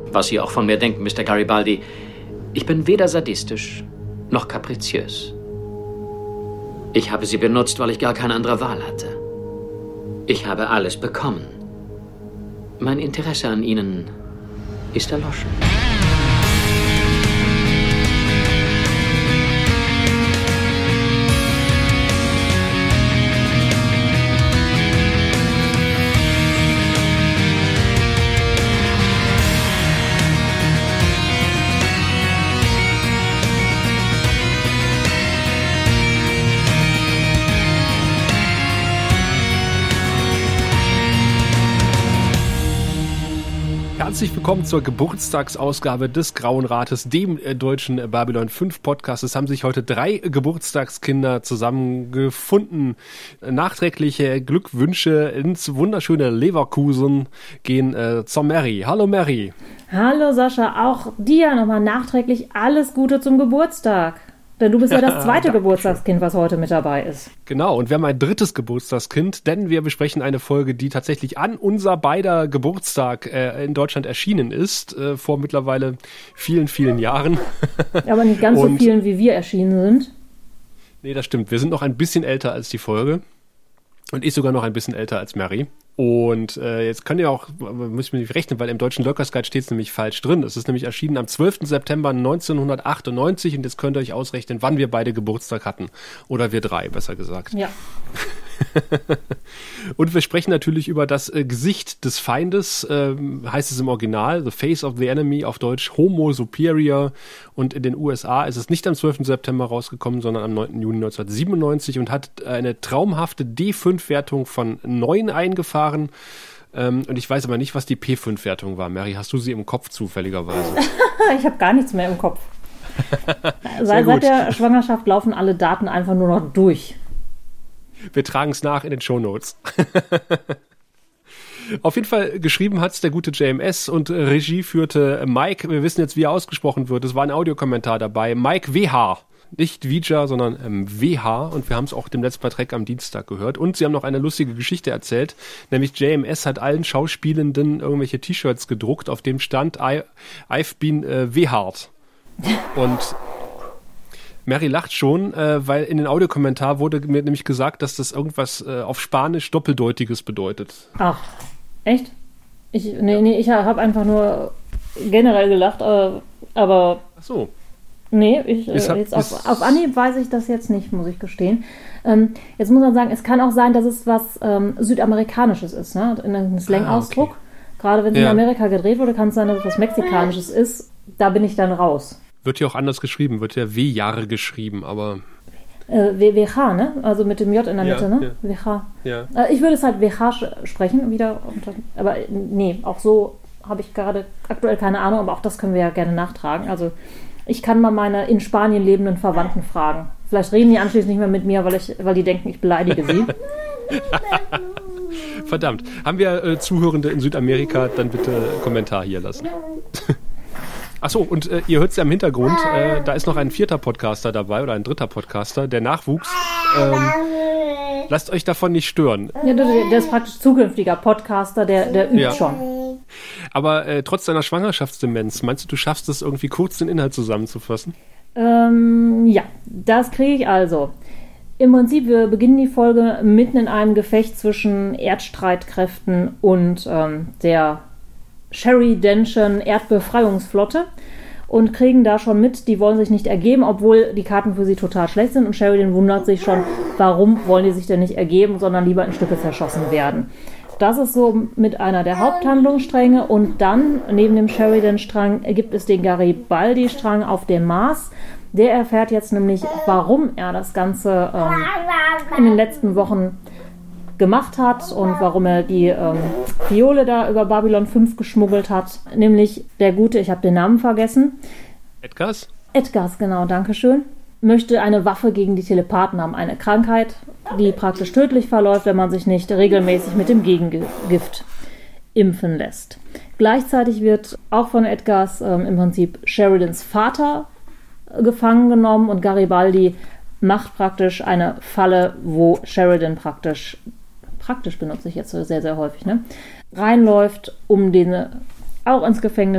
Was Sie auch von mir denken, Mr. Garibaldi, ich bin weder sadistisch noch kapriziös. Ich habe Sie benutzt, weil ich gar keine andere Wahl hatte. Ich habe alles bekommen. Mein Interesse an Ihnen ist erloschen. Herzlich willkommen zur Geburtstagsausgabe des Grauen Rates, dem deutschen Babylon 5 Podcast. Es haben sich heute 3 Geburtstagskinder zusammengefunden. Nachträgliche Glückwünsche ins wunderschöne Leverkusen gehen zur Mary. Hallo Mary. Hallo Sascha, auch dir nochmal nachträglich alles Gute zum Geburtstag. Denn du bist ja das zweite Geburtstagskind, was heute mit dabei ist. Genau, und wir haben ein drittes Geburtstagskind, denn wir besprechen eine Folge, die tatsächlich an unser beider Geburtstag in Deutschland erschienen ist, vor mittlerweile vielen, vielen Jahren. Aber nicht ganz so vielen, wie wir erschienen sind. Nee, das stimmt. Wir sind noch ein bisschen älter als die Folge. Und ich sogar noch ein bisschen älter als Mary. Und jetzt könnt ihr auch, müssen wir nicht rechnen, weil im deutschen Lurkers Guide steht es nämlich falsch drin. Es ist nämlich erschienen am 12. September 1998 und jetzt könnt ihr euch ausrechnen, wann wir beide Geburtstag hatten. Oder wir 3, besser gesagt. Ja. Und wir sprechen natürlich über das Gesicht des Feindes, heißt es im Original, The Face of the Enemy, auf Deutsch Homo Superior. Und in den USA ist es nicht am 12. September rausgekommen, sondern am 9. Juni 1997 und hat eine traumhafte D5-Wertung von 9 eingefahren. Und ich weiß aber nicht, was die P5-Wertung war. Mary, hast du sie im Kopf zufälligerweise? Ich habe gar nichts mehr im Kopf. Seit der Schwangerschaft laufen alle Daten einfach nur noch durch. Wir tragen es nach in den Shownotes. Auf jeden Fall geschrieben hat's der gute JMS und Regie führte Mike. Wir wissen jetzt, wie er ausgesprochen wird. Es war ein Audiokommentar dabei. Mike WH. Nicht Vija, sondern WH. Und wir haben es auch dem Let's Play Track am Dienstag gehört. Und sie haben noch eine lustige Geschichte erzählt. Nämlich JMS hat allen Schauspielenden irgendwelche T-Shirts gedruckt, auf dem stand I've been WH'd. Und Mary lacht schon, weil in den Audiokommentar wurde mir nämlich gesagt, dass das irgendwas auf Spanisch Doppeldeutiges bedeutet. Ach, echt? Ich habe einfach nur generell gelacht, aber... Ach so. Nee, jetzt auf Anhieb weiß ich das jetzt nicht, muss ich gestehen. Jetzt muss man sagen, es kann auch sein, dass es was Südamerikanisches ist, ne? In einem Slang-Ausdruck. Okay. Gerade wenn es in Amerika gedreht wurde, kann es sein, dass es was Mexikanisches ist. Da bin ich dann raus. Wird ja auch anders geschrieben, wird ja W-Jahre geschrieben, aber... WH, ne? Also mit dem J in der Mitte, ne? Ja. WH. Ja. Ich würde es halt WH sprechen wieder, aber nee, auch so habe ich gerade aktuell keine Ahnung, aber auch das können wir ja gerne nachtragen. Also ich kann mal meine in Spanien lebenden Verwandten fragen. Vielleicht reden die anschließend nicht mehr mit mir, weil die denken, ich beleidige sie. Verdammt. Haben wir Zuhörende in Südamerika, dann bitte Kommentar hier lassen. Achso, und ihr hört es ja im Hintergrund, da ist noch ein 4. Podcaster dabei oder ein 3. Podcaster, der Nachwuchs. Lasst euch davon nicht stören. Ja, der ist praktisch zukünftiger Podcaster, der übt schon. Aber trotz deiner Schwangerschaftsdemenz, meinst du schaffst es irgendwie kurz den Inhalt zusammenzufassen? Ja, das kriege ich also. Im Prinzip, wir beginnen die Folge mitten in einem Gefecht zwischen Erdstreitkräften und der Sheridanschen Erdbefreiungsflotte und kriegen da schon mit, die wollen sich nicht ergeben, obwohl die Karten für sie total schlecht sind und Sheridan wundert sich schon, warum wollen die sich denn nicht ergeben, sondern lieber in Stücke zerschossen werden. Das ist so mit einer der Haupthandlungsstränge und dann neben dem Sheridan-Strang gibt es den Garibaldi-Strang auf dem Mars. Der erfährt jetzt nämlich, warum er das Ganze in den letzten Wochen gemacht hat und warum er die Fiole da über Babylon 5 geschmuggelt hat. Nämlich der Gute, ich habe den Namen vergessen. Edgars? Edgars, genau, dankeschön. Möchte eine Waffe gegen die Telepathen haben. Eine Krankheit, die praktisch tödlich verläuft, wenn man sich nicht regelmäßig mit dem Gegengift impfen lässt. Gleichzeitig wird auch von Edgars im Prinzip Sheridans Vater gefangen genommen und Garibaldi macht praktisch eine Falle, wo Sheridan praktisch benutze ich jetzt sehr, sehr häufig, ne, reinläuft, um den auch ins Gefängnis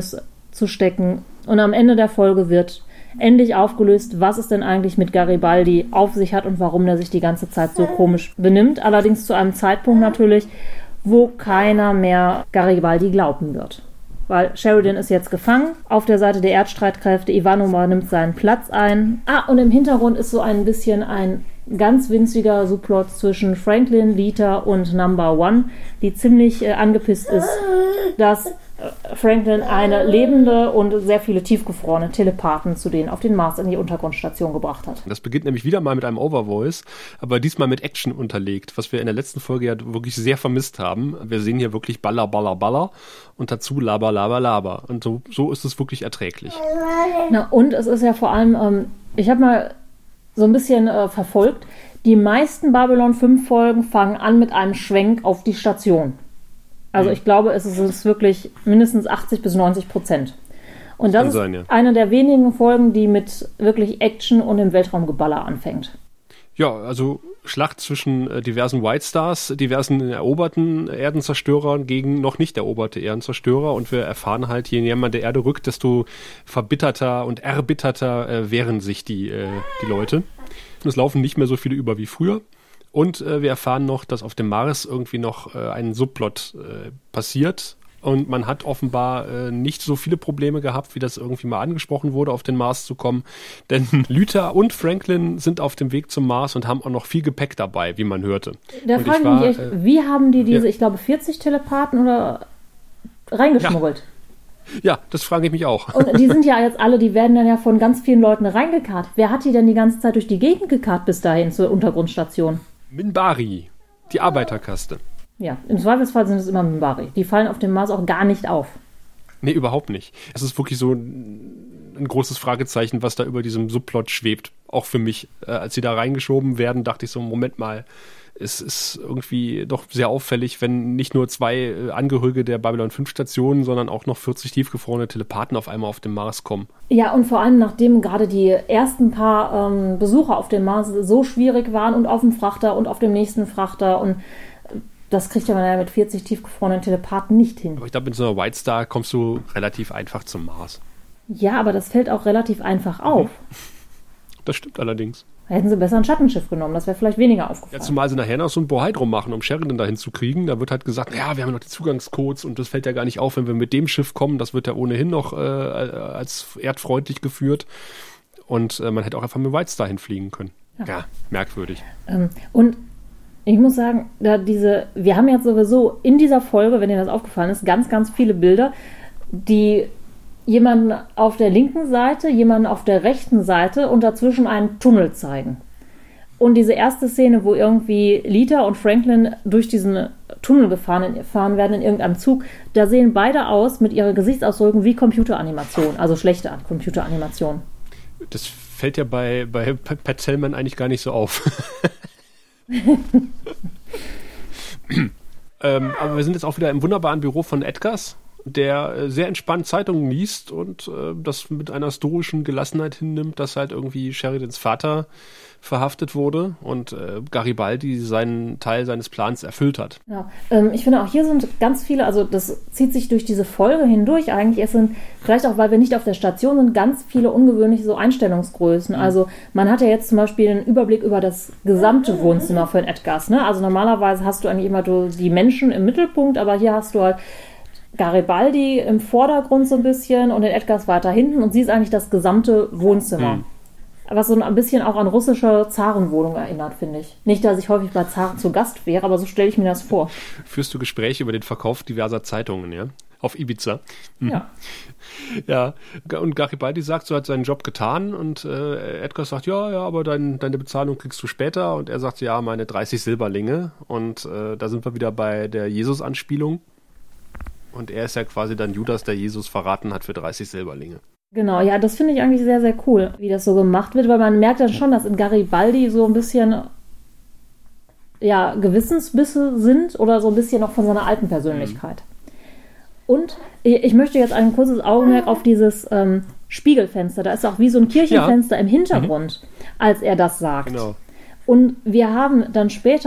zu stecken. Und am Ende der Folge wird endlich aufgelöst, was es denn eigentlich mit Garibaldi auf sich hat und warum er sich die ganze Zeit so komisch benimmt. Allerdings zu einem Zeitpunkt natürlich, wo keiner mehr Garibaldi glauben wird. Weil Sheridan ist jetzt gefangen auf der Seite der Erdstreitkräfte. Ivanova nimmt seinen Platz ein. Und im Hintergrund ist so ein bisschen ein ganz winziger Subplot zwischen Franklin, Lita und Number One, die ziemlich angepisst ist, dass Franklin eine lebende und sehr viele tiefgefrorene Telepathen zu denen auf den Mars in die Untergrundstation gebracht hat. Das beginnt nämlich wieder mal mit einem Overvoice, aber diesmal mit Action unterlegt, was wir in der letzten Folge ja wirklich sehr vermisst haben. Wir sehen hier wirklich Baller, Baller, Baller und dazu Laber, Laber, Laber. Und so ist es wirklich erträglich. Na, und es ist ja vor allem, ich habe mal so ein bisschen verfolgt, die meisten Babylon 5 Folgen fangen an mit einem Schwenk auf die Station. Also ich glaube, es ist wirklich mindestens 80-90%. Und das ist eine der wenigen Folgen, die mit wirklich Action und dem Weltraumgeballer anfängt. Ja, also Schlacht zwischen diversen White Stars, diversen eroberten Erdenzerstörern gegen noch nicht eroberte Erdenzerstörer. Und wir erfahren halt, je näher man der Erde rückt, desto verbitterter und erbitterter wehren sich die Leute. Und es laufen nicht mehr so viele über wie früher. Und wir erfahren noch, dass auf dem Mars irgendwie noch ein Subplot passiert. Und man hat offenbar nicht so viele Probleme gehabt, wie das irgendwie mal angesprochen wurde, auf den Mars zu kommen. Denn Lita und Franklin sind auf dem Weg zum Mars und haben auch noch viel Gepäck dabei, wie man hörte. Da frage ich mich echt, wie haben die diese, ich glaube, 40 Telepathen oder reingeschmuggelt? Ja, das frage ich mich auch. Und die sind ja jetzt alle, die werden dann ja von ganz vielen Leuten reingekarrt. Wer hat die denn die ganze Zeit durch die Gegend gekarrt bis dahin zur Untergrundstation? Minbari, die Arbeiterkaste. Ja, im Zweifelsfall sind es immer Minbari. Die fallen auf dem Mars auch gar nicht auf. Nee, überhaupt nicht. Es ist wirklich so ein großes Fragezeichen, was da über diesem Subplot schwebt. Auch für mich. Als sie da reingeschoben werden, dachte ich so, Moment mal, es ist irgendwie doch sehr auffällig, wenn nicht nur 2 Angehörige der Babylon 5 Stationen, sondern auch noch 40 tiefgefrorene Telepathen auf einmal auf den Mars kommen. Ja, und vor allem nachdem gerade die ersten paar Besucher auf dem Mars so schwierig waren und auf dem Frachter und auf dem nächsten Frachter und das kriegt man ja mit 40 tiefgefrorenen Telepathen nicht hin. Aber ich glaube, mit so einer White Star kommst du relativ einfach zum Mars. Ja, aber das fällt auch relativ einfach auf. Das stimmt allerdings. Hätten sie besser ein Schattenschiff genommen, das wäre vielleicht weniger aufgefallen. Ja, zumal sie nachher noch so ein Bohai drum machen, um Sheridan dahin zu kriegen. Da wird halt gesagt, ja, wir haben noch die Zugangscodes und das fällt ja gar nicht auf, wenn wir mit dem Schiff kommen. Das wird ja ohnehin noch als erdfreundlich geführt. Und man hätte auch einfach mit White Star hinfliegen können. Ja, merkwürdig. Und ich muss sagen, wir haben jetzt sowieso in dieser Folge, wenn dir das aufgefallen ist, ganz, ganz viele Bilder, die jemanden auf der linken Seite, jemanden auf der rechten Seite und dazwischen einen Tunnel zeigen. Und diese erste Szene, wo irgendwie Lita und Franklin durch diesen Tunnel gefahren werden in irgendeinem Zug, da sehen beide aus mit ihrer Gesichtsausdrückung wie Computeranimation, also schlechte Computeranimation. Das fällt ja bei Pat Tillman eigentlich gar nicht so auf. Aber wir sind jetzt auch wieder im wunderbaren Büro von Edgars, der sehr entspannt Zeitungen liest und das mit einer stoischen Gelassenheit hinnimmt, dass halt irgendwie Sheridans Vater verhaftet wurde und Garibaldi seinen Teil seines Plans erfüllt hat. Ja, ich finde auch hier sind ganz viele, also das zieht sich durch diese Folge hindurch eigentlich. Es sind, vielleicht auch, weil wir nicht auf der Station sind, ganz viele ungewöhnliche so Einstellungsgrößen. Also man hat ja jetzt zum Beispiel einen Überblick über das gesamte Wohnzimmer von Edgars. Ne? Also normalerweise hast du eigentlich immer die Menschen im Mittelpunkt, aber hier hast du halt Garibaldi im Vordergrund so ein bisschen und den Edgars weiter hinten und sie ist eigentlich das gesamte Wohnzimmer. Was so ein bisschen auch an russische Zarenwohnung erinnert, finde ich. Nicht, dass ich häufig bei Zaren zu Gast wäre, aber so stelle ich mir das vor. Führst du Gespräche über den Verkauf diverser Zeitungen, ja? Auf Ibiza. Ja. Ja, und Garibaldi sagt, so hat seinen Job getan und Edgar sagt, ja, aber deine Bezahlung kriegst du später und er sagt, ja, meine 30 Silberlinge und da sind wir wieder bei der Jesus-Anspielung und er ist ja quasi dann Judas, der Jesus verraten hat für 30 Silberlinge. Genau, ja, das finde ich eigentlich sehr, sehr cool, wie das so gemacht wird, weil man merkt dann schon, dass in Garibaldi so ein bisschen ja, Gewissensbisse sind oder so ein bisschen noch von seiner alten Persönlichkeit. Und ich möchte jetzt ein kurzes Augenmerk auf dieses Spiegelfenster, da ist auch wie so ein Kirchenfenster im Hintergrund, als er das sagt. Genau. Und wir haben dann später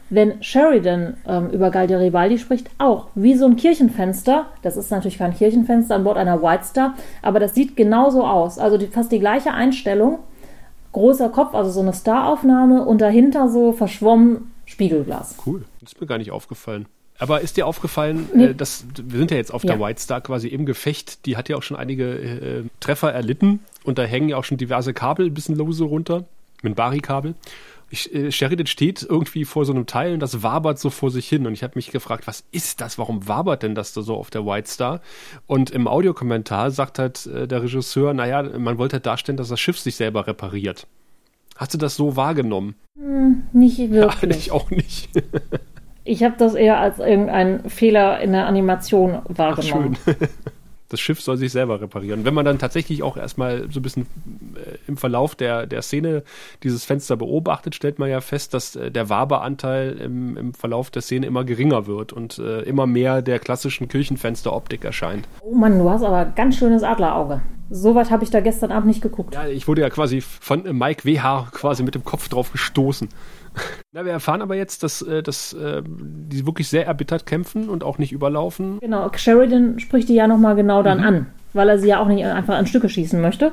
wenn Sheridan über Garibaldi spricht, auch wie so ein Kirchenfenster. Das ist natürlich kein Kirchenfenster an Bord einer White Star, aber das sieht genauso aus. Also fast die gleiche Einstellung. Großer Kopf, also so eine Staraufnahme und dahinter so verschwommen Spiegelglas. Cool, das ist mir gar nicht aufgefallen. Aber ist dir aufgefallen, wir sind ja jetzt auf der White Star quasi im Gefecht, die hat ja auch schon einige Treffer erlitten und da hängen ja auch schon diverse Kabel ein bisschen lose runter, Minbari-Kabel. Sheridan steht irgendwie vor so einem Teil und das wabert so vor sich hin und ich habe mich gefragt, was ist das? Warum wabert denn das da so auf der White Star? Und im Audiokommentar sagt halt der Regisseur, naja, man wollte halt darstellen, dass das Schiff sich selber repariert. Hast du das so wahrgenommen? Nicht wirklich. Ja, ich auch nicht. Ich habe das eher als irgendeinen Fehler in der Animation wahrgenommen. Ach, schön. Das Schiff soll sich selber reparieren. Wenn man dann tatsächlich auch erstmal so ein bisschen im Verlauf der Szene dieses Fenster beobachtet, stellt man ja fest, dass der Waberanteil im Verlauf der Szene immer geringer wird und immer mehr der klassischen Kirchenfensteroptik erscheint. Oh Mann, du hast aber ganz schönes Adlerauge. Soweit habe ich da gestern Abend nicht geguckt. Ja, ich wurde ja quasi von Mike W.H. quasi mit dem Kopf drauf gestoßen. Na, wir erfahren aber jetzt, dass die wirklich sehr erbittert kämpfen und auch nicht überlaufen. Genau, Sheridan spricht die ja nochmal genau dann an, weil er sie ja auch nicht einfach an Stücke schießen möchte.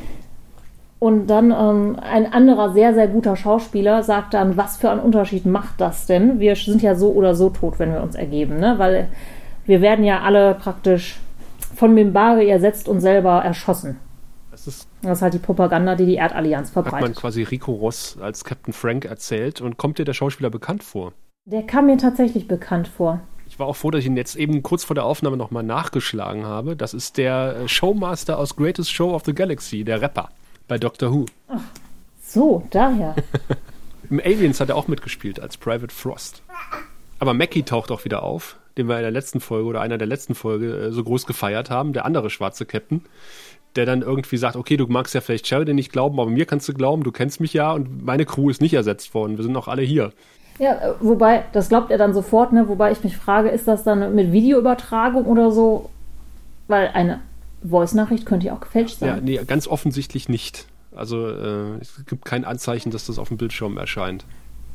Und dann ein anderer sehr, sehr guter Schauspieler sagt dann, was für einen Unterschied macht das denn? Wir sind ja so oder so tot, wenn wir uns ergeben, ne? Weil wir werden ja alle praktisch von Minbari ersetzt und selber erschossen. Das ist halt die Propaganda, die die Erdallianz verbreitet. Hat man quasi Rico Ross als Captain Frank erzählt. Und kommt dir der Schauspieler bekannt vor? Der kam mir tatsächlich bekannt vor. Ich war auch froh, dass ich ihn jetzt eben kurz vor der Aufnahme nochmal nachgeschlagen habe. Das ist der Showmaster aus Greatest Show of the Galaxy, der Rapper bei Doctor Who. Ach, so, daher. Im Aliens hat er auch mitgespielt als Private Frost. Aber Mackie taucht auch wieder auf, den wir in der letzten Folge oder einer der letzten Folge so groß gefeiert haben, der andere schwarze Captain, der dann irgendwie sagt, okay, du magst ja vielleicht Sheridan nicht glauben, aber mir kannst du glauben, du kennst mich ja und meine Crew ist nicht ersetzt worden, wir sind noch alle hier. Ja, wobei, das glaubt er dann sofort, ne? Wobei ich mich frage, ist das dann mit Videoübertragung oder so? Weil eine Voice-Nachricht könnte ja auch gefälscht sein. Ja, nee, ganz offensichtlich nicht. Also es gibt kein Anzeichen, dass das auf dem Bildschirm erscheint.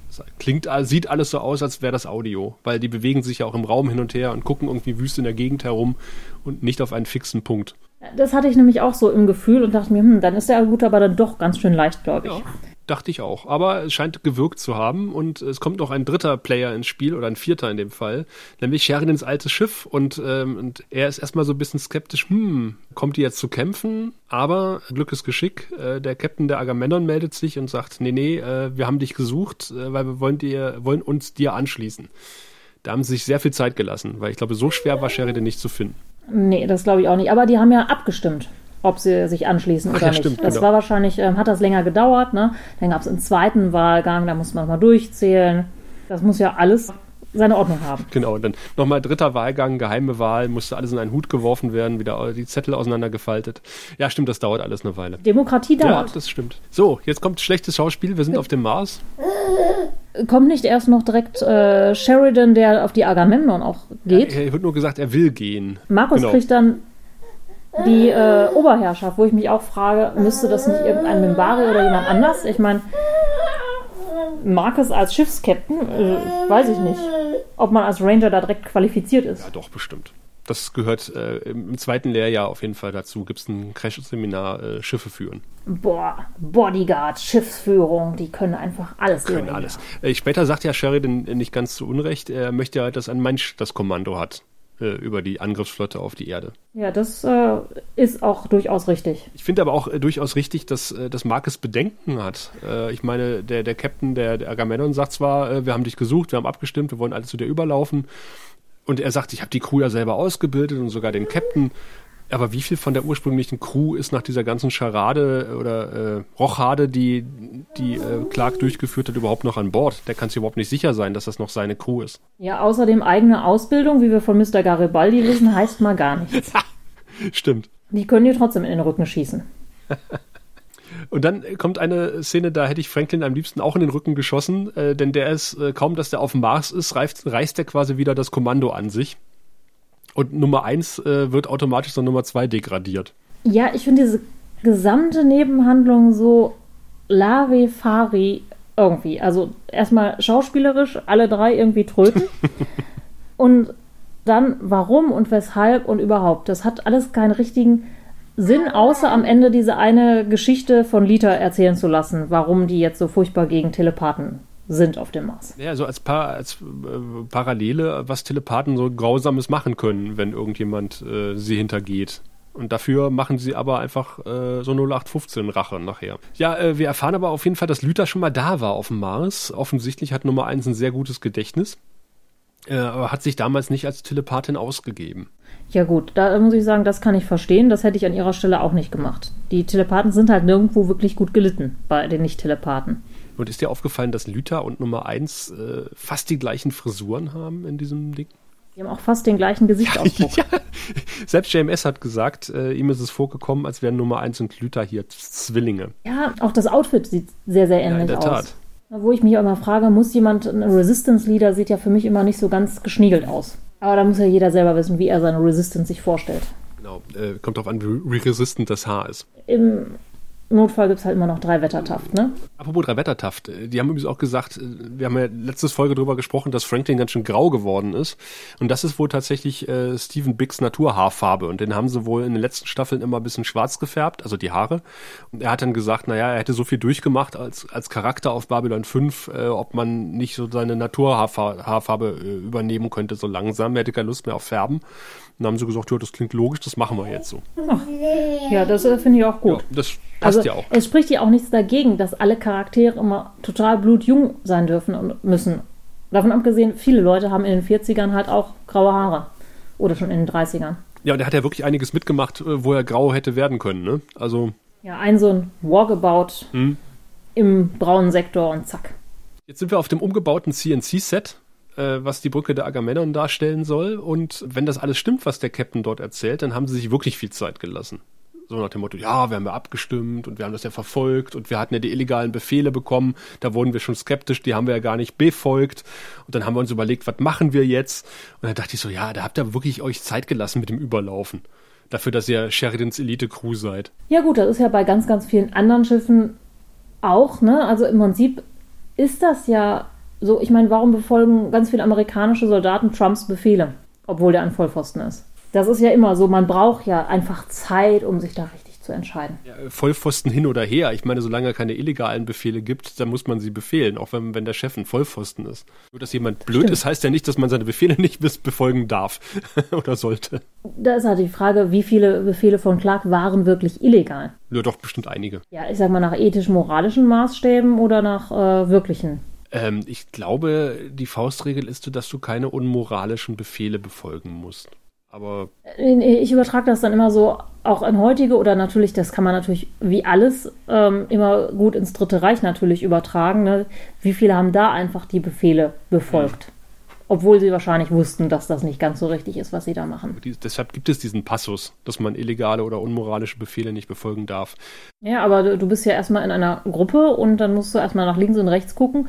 Sieht alles so aus, als wäre das Audio, weil die bewegen sich ja auch im Raum hin und her und gucken irgendwie wüst in der Gegend herum und nicht auf einen fixen Punkt. Das hatte ich nämlich auch so im Gefühl und dachte mir, dann ist der Gut aber dann doch ganz schön leichtgläubig. Ja, dachte ich auch. Aber es scheint gewirkt zu haben und es kommt noch ein dritter Player ins Spiel oder ein vierter in dem Fall, nämlich Sheridans altes Schiff und er ist erstmal so ein bisschen skeptisch, kommt die jetzt zu kämpfen? Aber Glück ist Geschick, der Captain der Agamemnon meldet sich und sagt, nee, wir haben dich gesucht, weil wir wollen uns dir anschließen. Da haben sie sich sehr viel Zeit gelassen, weil ich glaube, so schwer war Sheridan nicht zu finden. Nee, das glaube ich auch nicht. Aber die haben ja abgestimmt, ob sie sich anschließen oder nicht. Stimmt, das war wahrscheinlich, hat das länger gedauert, ne? Dann gab es einen zweiten Wahlgang, da muss man mal durchzählen. Das muss ja alles seine Ordnung haben. Genau, und dann nochmal dritter Wahlgang, geheime Wahl, musste alles in einen Hut geworfen werden, wieder die Zettel auseinandergefaltet. Ja, stimmt, das dauert alles eine Weile. Demokratie dauert. Ja, das stimmt. So, jetzt kommt schlechtes Schauspiel, wir sind auf dem Mars. Kommt nicht erst noch direkt Sheridan, der auf die Agamemnon auch geht? Ja, wird nur gesagt, er will gehen. Markus kriegt dann die Oberherrschaft, wo ich mich auch frage, müsste das nicht irgendein Minbari oder jemand anders? Ich meine, Markus als Schiffskapitän, weiß ich nicht, ob man als Ranger da direkt qualifiziert ist. Ja, doch, bestimmt. Das gehört im zweiten Lehrjahr auf jeden Fall dazu. Gibt es ein Crash-Seminar, Schiffe führen. Boah, Bodyguard, Schiffsführung, die können einfach alles. Können alles. Später sagt ja Sheridan nicht ganz zu Unrecht, er möchte ja, dass ein Mensch das Kommando hat über die Angriffsflotte auf die Erde. Ja, das ist auch durchaus richtig. Ich finde aber auch durchaus richtig, dass Marcus Bedenken hat. Ich meine, der Captain der Agamemnon sagt zwar, wir haben dich gesucht, wir haben abgestimmt, wir wollen alle zu dir überlaufen. Und er sagt, ich habe die Crew ja selber ausgebildet und sogar den Captain. Aber wie viel von der ursprünglichen Crew ist nach dieser ganzen Scharade oder Rochade, die Clark durchgeführt hat, überhaupt noch an Bord? Der kann sich überhaupt nicht sicher sein, dass das noch seine Crew ist. Ja, außerdem eigene Ausbildung, wie wir von Mr. Garibaldi wissen, heißt mal gar nichts. Stimmt. Die können dir trotzdem in den Rücken schießen. Und dann kommt eine Szene, da hätte ich Franklin am liebsten auch in den Rücken geschossen, denn der ist, kaum dass der auf dem Mars ist, reißt er quasi wieder das Kommando an sich. Und Nummer 1 wird automatisch zur Nummer 2 degradiert. Ja, ich finde diese gesamte Nebenhandlung so Larifari Irgendwie. Also erstmal schauspielerisch alle drei irgendwie tröten. Und dann warum und weshalb und überhaupt. Das hat alles keinen richtigen Sinn, außer am Ende diese eine Geschichte von Lita erzählen zu lassen, warum die jetzt so furchtbar gegen Telepathen sind auf dem Mars. Ja, so als Parallele, was Telepathen so Grausames machen können, wenn irgendjemand sie hintergeht. Und dafür machen sie aber einfach so 0815-Rache nachher. Ja, wir erfahren aber auf jeden Fall, dass Lita schon mal da war auf dem Mars. Offensichtlich hat Nummer 1 ein sehr gutes Gedächtnis. Aber hat sich damals nicht als Telepathin ausgegeben. Ja gut, da muss ich sagen, das kann ich verstehen. Das hätte ich an ihrer Stelle auch nicht gemacht. Die Telepathen sind halt nirgendwo wirklich gut gelitten bei den Nicht-Telepathen. Und ist dir aufgefallen, dass Lita und Nummer 1 fast die gleichen Frisuren haben in diesem Ding? Die haben auch fast den gleichen Gesichtsausdruck. Ja. Selbst JMS hat gesagt, ihm ist es vorgekommen, als wären Nummer 1 und Lita hier Zwillinge. Ja, auch das Outfit sieht sehr, sehr ähnlich aus. Ja, in der Tat. Wo ich mich auch immer frage, muss jemand, ein Resistance-Leader sieht ja für mich immer nicht so ganz geschniegelt aus. Aber da muss ja jeder selber wissen, wie er seine Resistance sich vorstellt. Genau, kommt drauf an, wie resistent das Haar ist. Im Notfall gibt es halt immer noch 3 Wettertaft, ne? Apropos 3 Wettertaft, die haben übrigens auch gesagt, wir haben ja letzte Folge drüber gesprochen, dass Franklin ganz schön grau geworden ist. Und das ist wohl tatsächlich Stephen Biggs Naturhaarfarbe. Und den haben sie wohl in den letzten Staffeln immer ein bisschen schwarz gefärbt, also die Haare. Und er hat dann gesagt, naja, er hätte so viel durchgemacht als Charakter auf Babylon 5, ob man nicht so seine Naturhaarfarbe übernehmen könnte so langsam. Er hätte keine Lust mehr auf Färben. Und dann haben sie gesagt, ja, das klingt logisch, das machen wir jetzt so. Ach, ja, das finde ich auch gut. Ja, das passt ja auch. Es spricht ja auch nichts dagegen, dass alle Charaktere immer total blutjung sein dürfen und müssen. Davon abgesehen, viele Leute haben in den 40ern halt auch graue Haare. Oder schon in den 30ern. Ja, und er hat ja wirklich einiges mitgemacht, wo er grau hätte werden können, ne? Also. Ja, so ein Walkabout im braunen Sektor und zack. Jetzt sind wir auf dem umgebauten CNC-Set, was die Brücke der Agamemnon darstellen soll. Und wenn das alles stimmt, was der Captain dort erzählt, dann haben sie sich wirklich viel Zeit gelassen. So nach dem Motto, ja, wir haben ja abgestimmt und wir haben das ja verfolgt und wir hatten ja die illegalen Befehle bekommen, da wurden wir schon skeptisch, die haben wir ja gar nicht befolgt. Und dann haben wir uns überlegt, was machen wir jetzt? Und dann dachte ich so, ja, da habt ihr wirklich euch Zeit gelassen mit dem Überlaufen. Dafür, dass ihr Sheridans Elite-Crew seid. Ja gut, das ist ja bei ganz, ganz vielen anderen Schiffen auch, ne? Also im Prinzip ist das ja so, ich meine, warum befolgen ganz viele amerikanische Soldaten Trumps Befehle, obwohl der ein Vollpfosten ist? Das ist ja immer so, man braucht ja einfach Zeit, um sich da richtig zu entscheiden. Ja, Vollpfosten hin oder her. Ich meine, solange es keine illegalen Befehle gibt, dann muss man sie befehlen, auch wenn der Chef ein Vollpfosten ist. Nur, dass jemand blöd ist, heißt ja nicht, dass man seine Befehle nicht befolgen darf oder sollte. Da ist halt die Frage, wie viele Befehle von Clark waren wirklich illegal? Ja, doch, bestimmt einige. Ja, ich sag mal nach ethisch-moralischen Maßstäben oder nach wirklichen? Ich glaube, die Faustregel ist, dass du keine unmoralischen Befehle befolgen musst. Aber ich übertrage das dann immer so auch in heutige oder natürlich, das kann man natürlich wie alles immer gut ins Dritte Reich natürlich übertragen. Ne? Wie viele haben da einfach die Befehle befolgt? Obwohl sie wahrscheinlich wussten, dass das nicht ganz so richtig ist, was sie da machen. Deshalb gibt es diesen Passus, dass man illegale oder unmoralische Befehle nicht befolgen darf. Ja, aber du bist ja erstmal in einer Gruppe und dann musst du erstmal nach links und rechts gucken.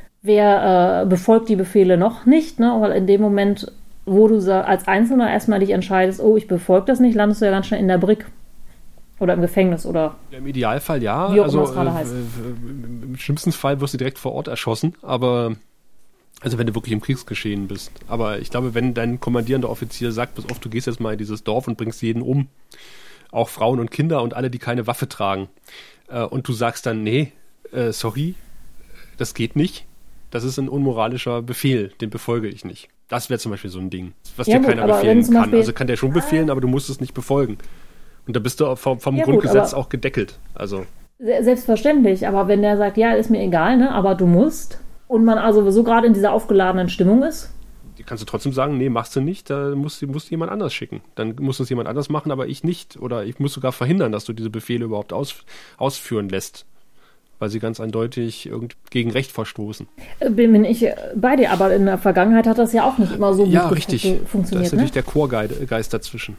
Wer befolgt die Befehle noch nicht? Ne? Weil in dem Moment, wo du als Einzelner erstmal dich entscheidest, oh, ich befolge das nicht, landest du ja ganz schnell in der Brick. Oder im Gefängnis oder. Ja, im Idealfall ja. Wie auch immer es gerade heißt. Im schlimmsten Fall wirst du direkt vor Ort erschossen, aber also wenn du wirklich im Kriegsgeschehen bist. Aber ich glaube, wenn dein kommandierender Offizier sagt, pass auf, du gehst jetzt mal in dieses Dorf und bringst jeden um, auch Frauen und Kinder und alle, die keine Waffe tragen, und du sagst dann, nee, sorry, das geht nicht. Das ist ein unmoralischer Befehl, den befolge ich nicht. Das wäre zum Beispiel so ein Ding, was dir keiner befehlen kann. Also kann der schon befehlen, aber du musst es nicht befolgen. Und da bist du vom Grundgesetz auch gedeckelt. Also selbstverständlich, aber wenn der sagt, ja, ist mir egal, ne, aber du musst, und man also so gerade in dieser aufgeladenen Stimmung ist. Die kannst du trotzdem sagen, nee, machst du nicht, da musst du jemand anders schicken. Dann muss es jemand anders machen, aber ich nicht. Oder ich muss sogar verhindern, dass du diese Befehle überhaupt ausführen lässt. Weil sie ganz eindeutig gegen Recht verstoßen. Bin ich bei dir, aber in der Vergangenheit hat das ja auch nicht immer so gut funktioniert. Da ist natürlich der Chorgeist dazwischen.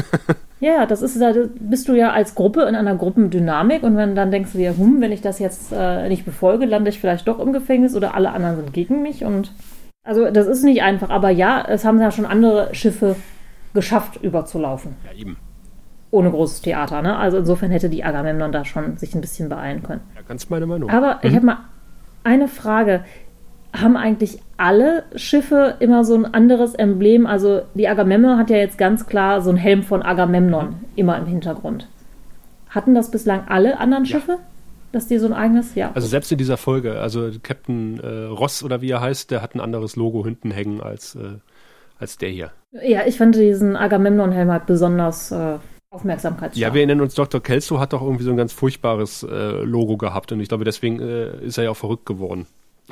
Ja, das ist, da bist du ja als Gruppe in einer Gruppendynamik und dann denkst du dir, wenn ich das jetzt nicht befolge, lande ich vielleicht doch im Gefängnis oder alle anderen sind gegen mich. Und also das ist nicht einfach, aber ja, es haben ja schon andere Schiffe geschafft, überzulaufen. Ja, eben. Ohne großes Theater, ne? Also insofern hätte die Agamemnon da schon sich ein bisschen beeilen können. Ja, ganz meine Meinung. Aber ich habe mal Eine Frage. Haben eigentlich alle Schiffe immer so ein anderes Emblem? Also die Agamemnon hat ja jetzt ganz klar so einen Helm von Agamemnon immer im Hintergrund. Hatten das bislang alle anderen Schiffe? Dass die so ein eigenes? Ja. Also selbst in dieser Folge, also Captain Ross oder wie er heißt, der hat ein anderes Logo hinten hängen als der hier. Ja, ich fand diesen Agamemnon-Helm halt besonders aufmerksamkeitsstark. Ja, wir erinnern uns, Dr. Kelso hat doch irgendwie so ein ganz furchtbares Logo gehabt und ich glaube, deswegen ist er ja auch verrückt geworden.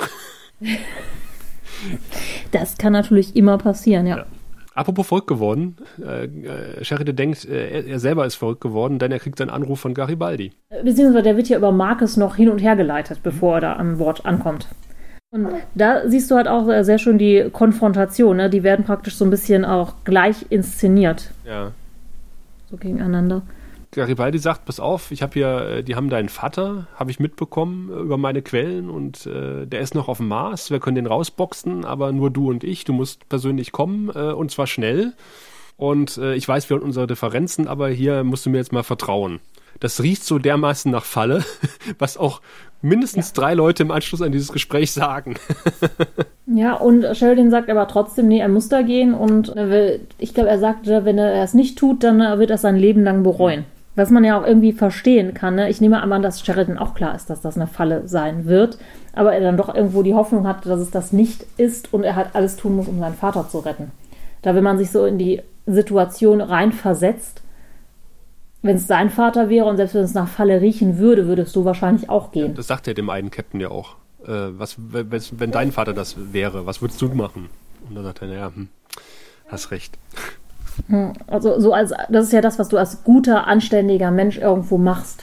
Das kann natürlich immer passieren, ja. Apropos verrückt geworden, Sheridan denkt, er selber ist verrückt geworden, denn er kriegt einen Anruf von Garibaldi. Beziehungsweise der wird ja über Marcus noch hin und her geleitet, bevor er da an Bord ankommt. Und da siehst du halt auch sehr schön die Konfrontation, ne? Die werden praktisch so ein bisschen auch gleich inszeniert. Ja. So gegeneinander. Garibaldi sagt, pass auf, ich habe hier, die haben deinen Vater, habe ich mitbekommen über meine Quellen und der ist noch auf dem Mars, wir können den rausboxen, aber nur du und ich, du musst persönlich kommen und zwar schnell und ich weiß, wir haben unsere Differenzen, aber hier musst du mir jetzt mal vertrauen. Das riecht so dermaßen nach Falle, was auch mindestens 3 Leute im Anschluss an dieses Gespräch sagen. Ja, und Sheridan sagt aber trotzdem, nee, er muss da gehen und ich glaube, er sagt, wenn er es nicht tut, dann wird er sein Leben lang bereuen. Was man ja auch irgendwie verstehen kann. Ne? Ich nehme an, dass Sheridan auch klar ist, dass das eine Falle sein wird, aber er dann doch irgendwo die Hoffnung hat, dass es das nicht ist und er halt alles tun muss, um seinen Vater zu retten. Da, wenn man sich so in die Situation reinversetzt, wenn es sein Vater wäre und selbst wenn es nach Falle riechen würde, würdest du wahrscheinlich auch gehen. Das sagt er dem einen Captain ja auch. Wenn dein Vater das wäre, was würdest du machen? Und dann sagt er, naja, hast recht. Also das ist ja das, was du als guter, anständiger Mensch irgendwo machst.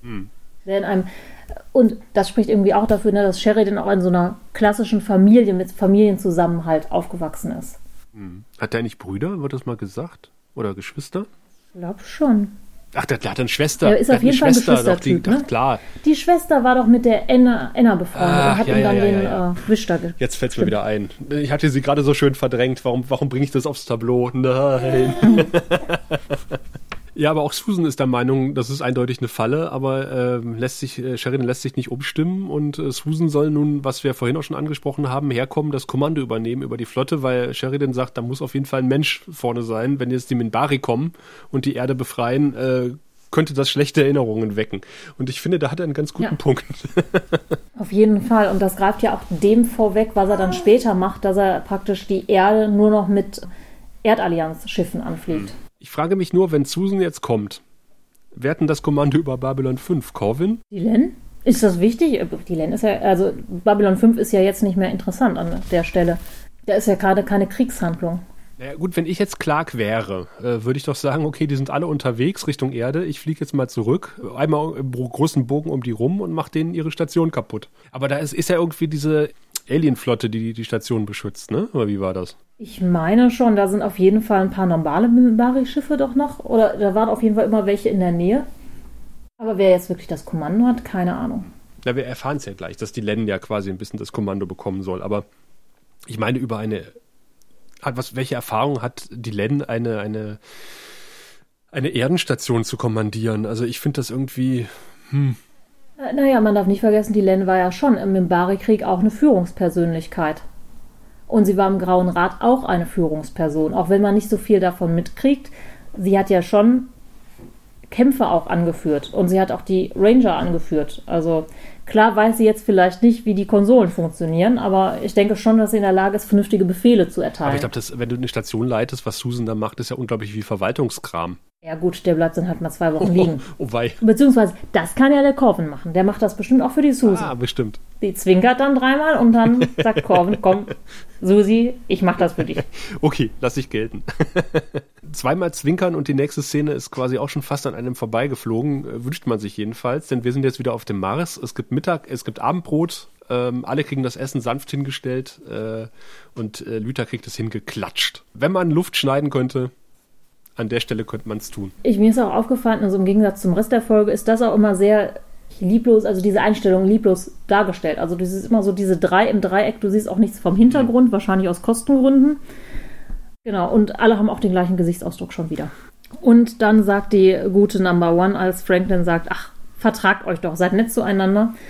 Und das spricht irgendwie auch dafür, ne, dass Sheridan auch in so einer klassischen Familie mit Familienzusammenhalt aufgewachsen ist. Hat der nicht Brüder, wird das mal gesagt? Oder Geschwister? Ich glaube schon. Ach, der hat eine Schwester. Ja, ist auf jeden Fall ein Geschwistertyp, ne? Klar. Die Schwester war doch mit der Enna befreundet und hat ihm dann den Wisch da gegeben. Jetzt fällt es mir wieder ein. Ich hatte sie gerade so schön verdrängt. Warum bringe ich das aufs Tableau? Nein. Ja, aber auch Susan ist der Meinung, das ist eindeutig eine Falle, aber Sheridan lässt sich nicht umstimmen und Susan soll nun, was wir vorhin auch schon angesprochen haben, herkommen, das Kommando übernehmen über die Flotte, weil Sheridan sagt, da muss auf jeden Fall ein Mensch vorne sein. Wenn jetzt die Minbari kommen und die Erde befreien, könnte das schlechte Erinnerungen wecken. Und ich finde, da hat er einen ganz guten Punkt. Auf jeden Fall. Und das greift ja auch dem vorweg, was er dann später macht, dass er praktisch die Erde nur noch mit Erdallianz-Schiffen anfliegt. Ich frage mich nur, wenn Susan jetzt kommt, wer hat denn das Kommando über Babylon 5? Corvin? Die Len? Ist das wichtig? Die Len ist ja, also Babylon 5 ist ja jetzt nicht mehr interessant an der Stelle. Da ist ja gerade keine Kriegshandlung. Naja, gut, wenn ich jetzt Clark wäre, würde ich doch sagen, okay, die sind alle unterwegs Richtung Erde, ich fliege jetzt mal zurück, einmal im großen Bogen um die rum und mache denen ihre Station kaputt. Aber da ist ja irgendwie diese Alienflotte, die Station beschützt, ne? Oder wie war das? Ich meine schon, da sind auf jeden Fall ein paar normale Minbari-Schiffe doch noch. Oder da waren auf jeden Fall immer welche in der Nähe. Aber wer jetzt wirklich das Kommando hat, keine Ahnung. Na, wir erfahren es ja gleich, dass die Len ja quasi ein bisschen das Kommando bekommen soll. Aber ich meine, welche Erfahrung hat die Len, eine Erdenstation zu kommandieren? Also ich finde das irgendwie... Naja, man darf nicht vergessen, die Len war ja schon im Minbari-Krieg auch eine Führungspersönlichkeit. Und sie war im Grauen Rat auch eine Führungsperson, auch wenn man nicht so viel davon mitkriegt. Sie hat ja schon Kämpfe auch angeführt und sie hat auch die Ranger angeführt. Also klar weiß sie jetzt vielleicht nicht, wie die Konsolen funktionieren, aber ich denke schon, dass sie in der Lage ist, vernünftige Befehle zu erteilen. Aber ich glaube, wenn du eine Station leitest, was Susan da macht, ist ja unglaublich viel Verwaltungskram. Ja gut, der bleibt dann halt mal 2 Wochen liegen. Oh wei. Beziehungsweise, das kann ja der Corvin machen. Der macht das bestimmt auch für die Susan. Ah, bestimmt. Die zwinkert dann 3-mal und dann sagt Corvin, komm, Susi, ich mach das für dich. Okay, lass ich gelten. 2-mal zwinkern und die nächste Szene ist quasi auch schon fast an einem vorbeigeflogen, wünscht man sich jedenfalls, denn wir sind jetzt wieder auf dem Mars. Es gibt es gibt Abendbrot, alle kriegen das Essen sanft hingestellt und Lyta kriegt es hingeklatscht. Wenn man Luft schneiden könnte, an der Stelle könnte man es tun. Mir ist auch aufgefallen, also im Gegensatz zum Rest der Folge ist das auch immer sehr lieblos, also diese Einstellung lieblos dargestellt. Also du siehst immer so diese 3 im Dreieck, du siehst auch nichts vom Hintergrund, wahrscheinlich aus Kostengründen. Genau, und alle haben auch den gleichen Gesichtsausdruck schon wieder. Und dann sagt die gute Number One, als Franklin sagt, ach, vertragt euch doch, seid nett zueinander.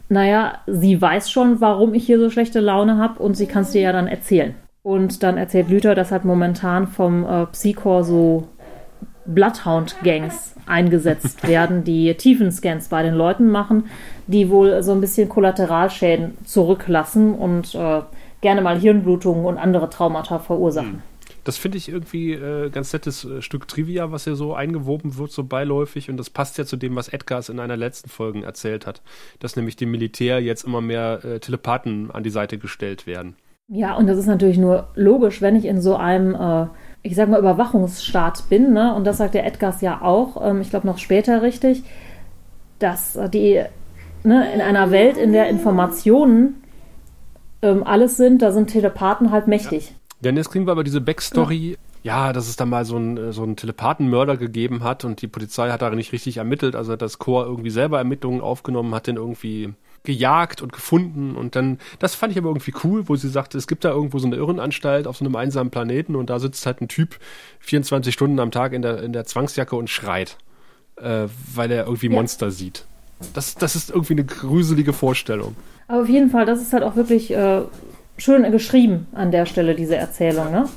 naja, sie weiß schon, warum ich hier so schlechte Laune habe und sie kann es dir ja dann erzählen. Und dann erzählt Luther, dass halt momentan vom Psy-Corps so Bloodhound-Gangs eingesetzt werden, die Tiefenscans bei den Leuten machen, die wohl so ein bisschen Kollateralschäden zurücklassen und gerne mal Hirnblutungen und andere Traumata verursachen. Das finde ich irgendwie ganz nettes Stück Trivia, was hier so eingewoben wird, so beiläufig. Und das passt ja zu dem, was Edgars in einer letzten Folge erzählt hat. Dass nämlich dem Militär jetzt immer mehr Telepathen an die Seite gestellt werden. Ja, und das ist natürlich nur logisch, wenn ich in so einem, ich sag mal, Überwachungsstaat bin, ne? Und das sagt der Edgars ja auch, ich glaube noch später richtig, dass die, ne, in einer Welt, in der Informationen alles sind, da sind Telepathen halt mächtig. Ja. Denn jetzt kriegen wir aber diese Backstory, ja, dass es da mal so einen Telepathenmörder gegeben hat und die Polizei hat da nicht richtig ermittelt, also hat das Corps irgendwie selber Ermittlungen aufgenommen, hat den irgendwie gejagt und gefunden und dann, das fand ich aber irgendwie cool, wo sie sagte, es gibt da irgendwo so eine Irrenanstalt auf so einem einsamen Planeten und da sitzt halt ein Typ 24 Stunden am Tag in der Zwangsjacke und schreit, weil er irgendwie Monster sieht. Das ist irgendwie eine gruselige Vorstellung. Aber auf jeden Fall, das ist halt auch wirklich schön geschrieben an der Stelle, diese Erzählung, ne?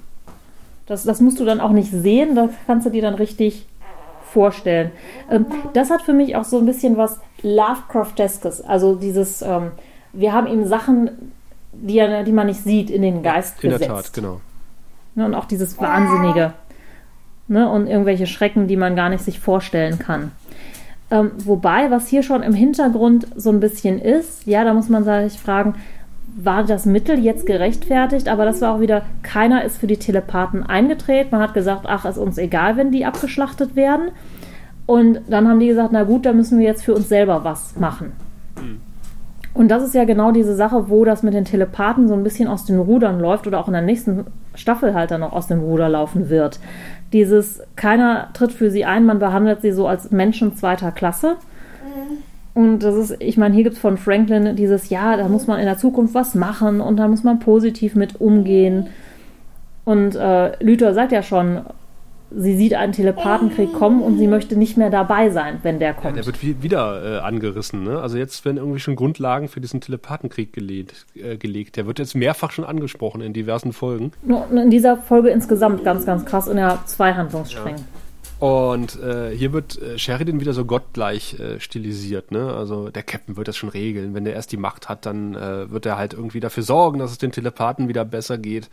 Das musst du dann auch nicht sehen, das kannst du dir dann richtig vorstellen. Das hat für mich auch so ein bisschen was Lovecrafteskes, also dieses, wir haben ihm Sachen, die man nicht sieht, in den Geist gesetzt. In der Tat, genau. Ne, und auch dieses Wahnsinnige, ne, und irgendwelche Schrecken, die man gar nicht sich vorstellen kann. Wobei, was hier schon im Hintergrund so ein bisschen ist, ja, da muss man sich fragen, war das Mittel jetzt gerechtfertigt? Aber das war auch wieder, keiner ist für die Telepathen eingetreten. Man hat gesagt, ach, ist uns egal, wenn die abgeschlachtet werden. Und dann haben die gesagt, na gut, dann müssen wir jetzt für uns selber was machen. Und das ist ja genau diese Sache, wo das mit den Telepathen so ein bisschen aus den Rudern läuft oder auch in der nächsten Staffel halt dann noch aus dem Ruder laufen wird. Dieses, keiner tritt für sie ein, man behandelt sie so als Menschen zweiter Klasse. Und das ist, ich meine, hier gibt es von Franklin dieses, ja, da muss man in der Zukunft was machen und da muss man positiv mit umgehen. Und Luther sagt ja schon, sie sieht einen Telepathenkrieg kommen und sie möchte nicht mehr dabei sein, wenn der kommt. Ja, der wird wieder angerissen, ne? Also jetzt werden irgendwie schon Grundlagen für diesen Telepathenkrieg gelegt. Der wird jetzt mehrfach schon angesprochen in diversen Folgen. In dieser Folge insgesamt ganz, ganz krass in der 2 Handlungsstränge. Ja. Und hier wird Sheridan wieder so gottgleich stilisiert, ne? Also der Captain wird das schon regeln. Wenn der erst die Macht hat, dann wird er halt irgendwie dafür sorgen, dass es den Telepathen wieder besser geht.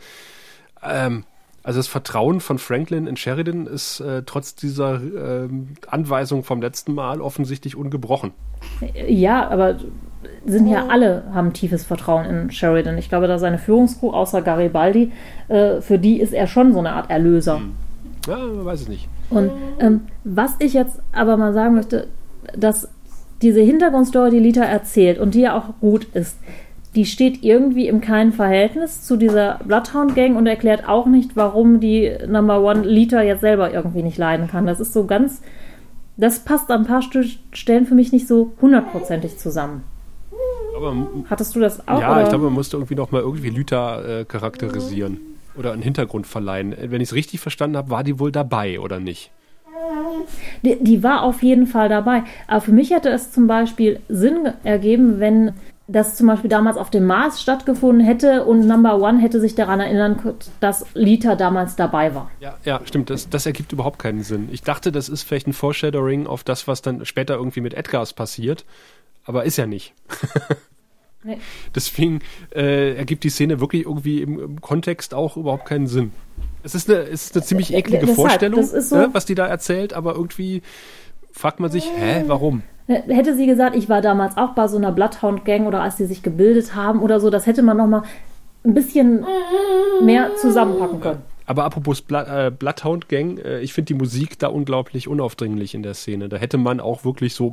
Also das Vertrauen von Franklin in Sheridan ist trotz dieser Anweisung vom letzten Mal offensichtlich ungebrochen. Ja, aber sind ja alle, haben tiefes Vertrauen in Sheridan. Ich glaube, da seine Führungscrew, außer Garibaldi, für die ist er schon so eine Art Erlöser. Ja, man weiß es nicht. Und was ich jetzt aber mal sagen möchte, dass diese Hintergrundstory, die Lita erzählt und die ja auch gut ist, die steht irgendwie im keinen Verhältnis zu dieser Bloodhound-Gang und erklärt auch nicht, warum die Number One Lita jetzt selber irgendwie nicht leiden kann. Das ist so ganz, das passt an ein paar Stellen für mich nicht so 100%ig zusammen. Aber, hattest du das auch? Ja, oder? Ich glaube, man musste irgendwie noch mal irgendwie Lita charakterisieren oder einen Hintergrund verleihen. Wenn ich es richtig verstanden habe, war die wohl dabei, oder nicht? Die war auf jeden Fall dabei. Aber für mich hätte es zum Beispiel Sinn ergeben, wenn das zum Beispiel damals auf dem Mars stattgefunden hätte und Number One hätte sich daran erinnern können, dass Lita damals dabei war. Ja, stimmt. Das ergibt überhaupt keinen Sinn. Ich dachte, das ist vielleicht ein Foreshadowing auf das, was dann später irgendwie mit Edgars passiert. Aber ist ja nicht. Nee. Deswegen ergibt die Szene wirklich irgendwie im Kontext auch überhaupt keinen Sinn. Es ist eine ziemlich eklige Vorstellung, so, was die da erzählt, aber irgendwie fragt man sich, warum? Hätte sie gesagt, ich war damals auch bei so einer Bloodhound-Gang oder als die sich gebildet haben oder so, das hätte man noch mal ein bisschen mehr zusammenpacken können. Aber apropos Bloodhound-Gang, ich finde die Musik da unglaublich unaufdringlich in der Szene. Da hätte man auch wirklich so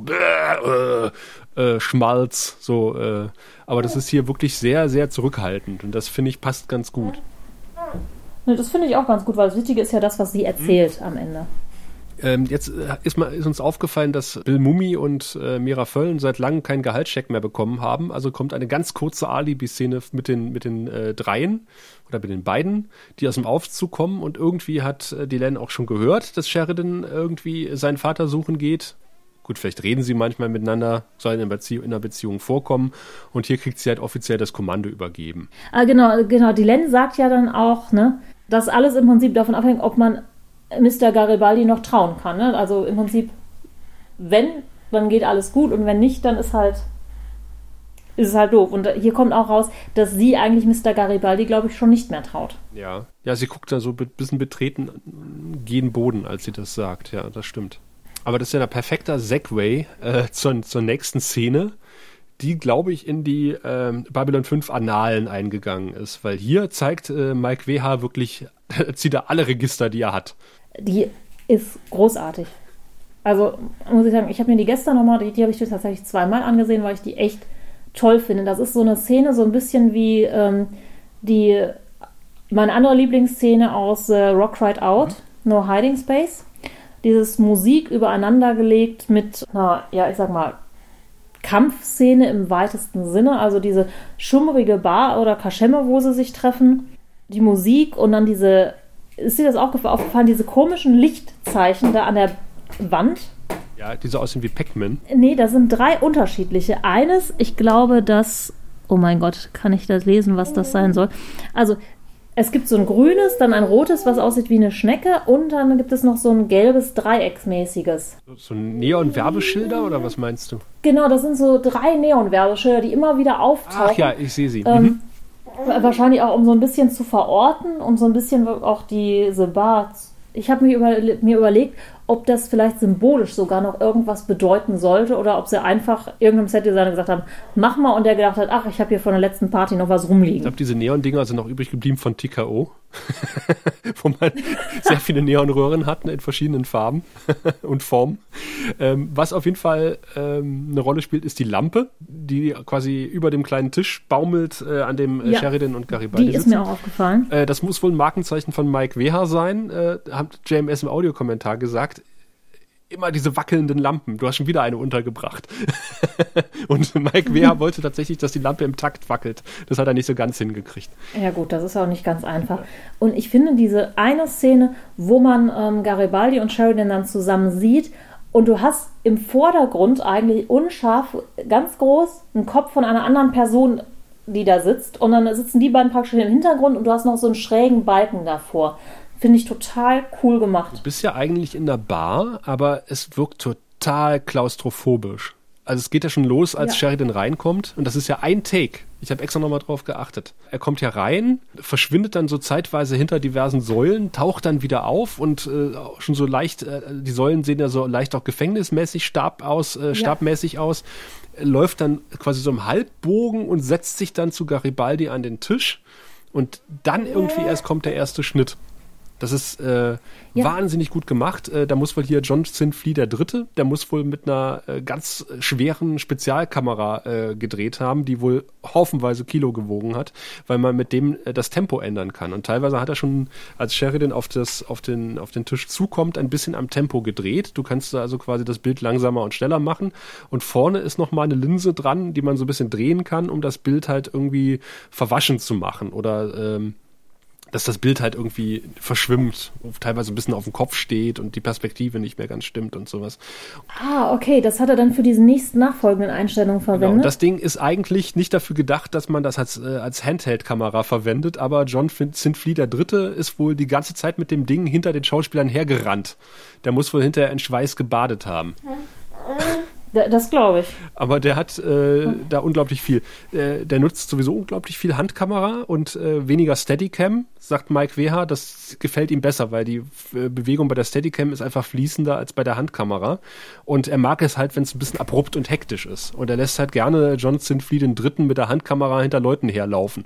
Schmalz, so, aber das ist hier wirklich sehr, sehr zurückhaltend und das finde ich passt ganz gut. Das finde ich auch ganz gut, weil das Wichtige ist ja das, was sie erzählt am Ende. Jetzt ist uns aufgefallen, dass Bill Mummy und Mira Völlen seit langem keinen Gehaltscheck mehr bekommen haben. Also kommt eine ganz kurze Alibi-Szene mit den Dreien oder mit den beiden, die aus dem Aufzug kommen. Und irgendwie hat Delenn auch schon gehört, dass Sheridan irgendwie seinen Vater suchen geht. Gut, vielleicht reden sie manchmal miteinander, soll in einer Beziehung vorkommen und hier kriegt sie halt offiziell das Kommando übergeben. Genau. Die Len sagt ja dann auch, ne, dass alles im Prinzip davon abhängt, ob man Mr. Garibaldi noch trauen kann. Ne? Also im Prinzip, wenn, dann geht alles gut und wenn nicht, dann ist es halt doof. Und hier kommt auch raus, dass sie eigentlich Mr. Garibaldi, glaube ich, schon nicht mehr traut. Ja, sie guckt da so ein bisschen betreten gen Boden, als sie das sagt. Ja, das stimmt. Aber das ist ja ein perfekter Segway zur nächsten Szene, die, glaube ich, in die Babylon 5 Annalen eingegangen ist. Weil hier zeigt Mike W.H. wirklich, zieht er alle Register, die er hat. Die ist großartig. Also, muss ich sagen, ich habe mir die gestern nochmal, die habe ich tatsächlich zweimal angesehen, weil ich die echt toll finde. Das ist so eine Szene, so ein bisschen wie meine andere Lieblingsszene aus Rock Right Out, No Hiding Space. Dieses Musik übereinander gelegt mit ich sag mal, Kampfszene im weitesten Sinne. Also diese schummrige Bar oder Kaschemme, wo sie sich treffen. Die Musik und dann ist dir das auch aufgefallen, diese komischen Lichtzeichen da an der Wand. Ja, die so aussehen wie Pac-Man. Nee, da sind 3 unterschiedliche. Eines, ich glaube, oh mein Gott, kann ich das lesen, was das sein soll? Also, es gibt so ein grünes, dann ein rotes, was aussieht wie eine Schnecke und dann gibt es noch so ein gelbes, dreiecksmäßiges. So Neon-Werbeschilder oder was meinst du? Genau, das sind so 3 Neon-Werbeschilder, die immer wieder auftauchen. Ach ja, ich sehe sie. Wahrscheinlich auch, um so ein bisschen zu verorten und so ein bisschen auch diese Bar. Ich habe mir überlegt, ob das vielleicht symbolisch sogar noch irgendwas bedeuten sollte oder ob sie einfach irgendeinem Setdesigner gesagt haben, mach mal, und der gedacht hat, ach, ich habe hier von der letzten Party noch was rumliegen. Ich glaube, diese Neon-Dinger sind noch übrig geblieben von TKO, wo man sehr viele Neonröhren hat in verschiedenen Farben und Formen. Was auf jeden Fall eine Rolle spielt, ist die Lampe, die quasi über dem kleinen Tisch baumelt, an dem Sheridan und Garibaldi sitzen. Die ist mir auch aufgefallen. Das muss wohl ein Markenzeichen von Mike W.H. sein, hat JMS im Audiokommentar gesagt. Immer diese wackelnden Lampen. Du hast schon wieder eine untergebracht. Und Mike W.H. wollte tatsächlich, dass die Lampe im Takt wackelt. Das hat er nicht so ganz hingekriegt. Ja gut, das ist auch nicht ganz einfach. Und ich finde diese eine Szene, wo man Garibaldi und Sheridan dann zusammen sieht und du hast im Vordergrund eigentlich unscharf, ganz groß, einen Kopf von einer anderen Person, die da sitzt. Und dann sitzen die beiden praktisch im Hintergrund und du hast noch so einen schrägen Balken davor. Finde ich total cool gemacht. Du bist ja eigentlich in der Bar, aber es wirkt total klaustrophobisch. Also es geht ja schon los, als Sheridan reinkommt. Und das ist ja ein Take. Ich habe extra nochmal drauf geachtet. Er kommt ja rein, verschwindet dann so zeitweise hinter diversen Säulen, taucht dann wieder auf und schon so leicht, die Säulen sehen ja so leicht auch gefängnismäßig stabmäßig aus, läuft dann quasi so im Halbbogen und setzt sich dann zu Garibaldi an den Tisch. Und dann irgendwie erst kommt der erste Schnitt. Das ist wahnsinnig gut gemacht. Da muss wohl hier John Sinflea III., der muss wohl mit einer ganz schweren Spezialkamera gedreht haben, die wohl haufenweise Kilo gewogen hat, weil man mit dem das Tempo ändern kann. Und teilweise hat er schon, als Sheridan auf den Tisch zukommt, ein bisschen am Tempo gedreht. Du kannst da also quasi das Bild langsamer und schneller machen. Und vorne ist nochmal eine Linse dran, die man so ein bisschen drehen kann, um das Bild halt irgendwie verwaschen zu machen oder dass das Bild halt irgendwie verschwimmt, teilweise ein bisschen auf dem Kopf steht und die Perspektive nicht mehr ganz stimmt und sowas. Ah, okay, das hat er dann für diese nächsten nachfolgenden Einstellungen verwendet. Genau. Das Ding ist eigentlich nicht dafür gedacht, dass man das als Handheld-Kamera verwendet, aber John Sinflea III. Ist wohl die ganze Zeit mit dem Ding hinter den Schauspielern hergerannt. Der muss wohl hinterher in Schweiß gebadet haben. Das glaube ich. Aber der hat da unglaublich viel. Der nutzt sowieso unglaublich viel Handkamera und weniger Steadicam, sagt Mike W.H. Das gefällt ihm besser, weil die Bewegung bei der Steadicam ist einfach fließender als bei der Handkamera. Und er mag es halt, wenn es ein bisschen abrupt und hektisch ist. Und er lässt halt gerne John Sinflea III. Mit der Handkamera hinter Leuten herlaufen.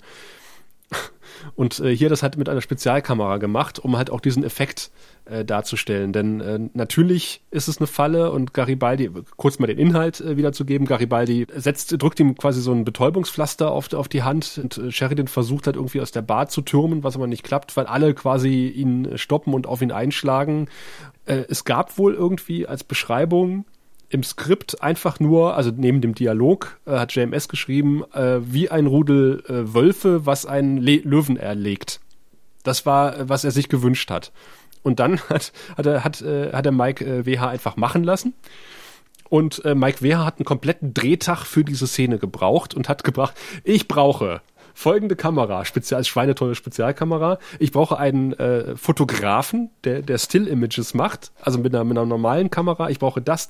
Und hier das halt mit einer Spezialkamera gemacht, um halt auch diesen Effekt darzustellen. Denn natürlich ist es eine Falle und Garibaldi, kurz mal den Inhalt wiederzugeben, Garibaldi drückt ihm quasi so ein Betäubungspflaster auf die Hand und Sheridan versucht halt irgendwie aus der Bar zu türmen, was aber nicht klappt, weil alle quasi ihn stoppen und auf ihn einschlagen. Es gab wohl irgendwie als Beschreibung im Skript einfach nur, also neben dem Dialog, hat JMS geschrieben, wie ein Rudel Wölfe, was einen Löwen erlegt. Das war, was er sich gewünscht hat. Und dann hat er Mike W.H. einfach machen lassen. Und Mike Weir hat einen kompletten Drehtag für diese Szene gebraucht und hat gebracht, ich brauche folgende Kamera, schweineteure Spezialkamera. Ich brauche einen Fotografen, der Still-Images macht, also mit einer normalen Kamera. Ich brauche das.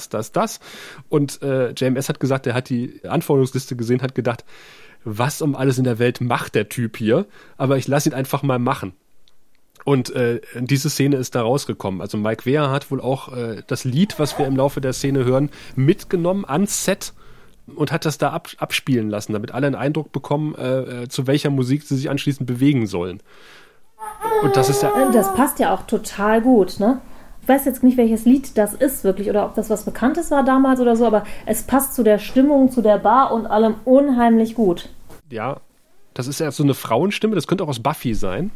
Und JMS hat gesagt, er hat die Anforderungsliste gesehen, hat gedacht, was um alles in der Welt macht der Typ hier? Aber ich lasse ihn einfach mal machen. Und diese Szene ist da rausgekommen. Also Mike Weir hat wohl auch das Lied, was wir im Laufe der Szene hören, mitgenommen ans Set und hat das da abspielen lassen, damit alle einen Eindruck bekommen, zu welcher Musik sie sich anschließend bewegen sollen. Und das ist ja... Das passt ja auch total gut, ne? Ich weiß jetzt nicht, welches Lied das ist wirklich oder ob das was Bekanntes war damals oder so, aber es passt zu der Stimmung, zu der Bar und allem unheimlich gut. Ja, das ist ja so eine Frauenstimme, das könnte auch aus Buffy sein.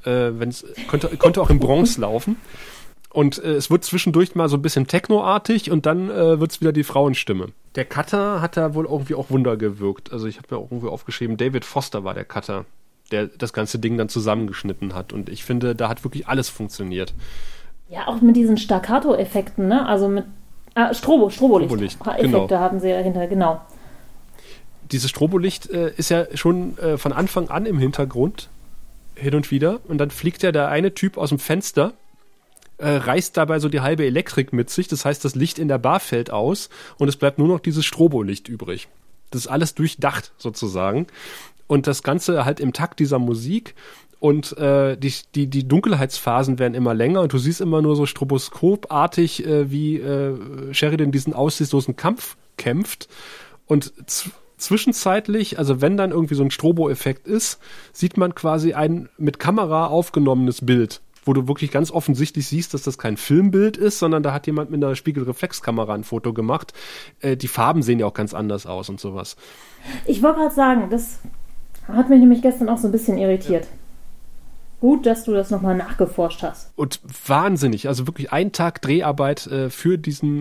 Könnte auch im Bronx laufen. Und es wird zwischendurch mal so ein bisschen technoartig und dann wird es wieder die Frauenstimme. Der Cutter hat da wohl irgendwie auch Wunder gewirkt. Also ich habe ja auch irgendwie aufgeschrieben, David Foster war der Cutter, der das ganze Ding dann zusammengeschnitten hat. Und ich finde, da hat wirklich alles funktioniert. Ja, auch mit diesen Staccato-Effekten, ne? Also mit Strobolicht-Effekte genau. Haben sie dahinter, genau. Dieses Strobolicht ist ja schon von Anfang an im Hintergrund, hin und wieder. Und dann fliegt ja der eine Typ aus dem Fenster, reißt dabei so die halbe Elektrik mit sich. Das heißt, das Licht in der Bar fällt aus und es bleibt nur noch dieses Strobolicht übrig. Das ist alles durchdacht sozusagen. Und das Ganze halt im Takt dieser Musik. Und die Dunkelheitsphasen werden immer länger und du siehst immer nur so stroboskopartig, wie Sheridan diesen aussichtslosen Kampf kämpft. Und zwischenzeitlich, also wenn dann irgendwie so ein Strobo-Effekt ist, sieht man quasi ein mit Kamera aufgenommenes Bild, wo du wirklich ganz offensichtlich siehst, dass das kein Filmbild ist, sondern da hat jemand mit einer Spiegelreflexkamera ein Foto gemacht. Die Farben sehen ja auch ganz anders aus und sowas. Ich wollte gerade sagen, das hat mich nämlich gestern auch so ein bisschen irritiert. Ja. Gut, dass du das nochmal nachgeforscht hast. Und wahnsinnig, also wirklich ein Tag Dreharbeit für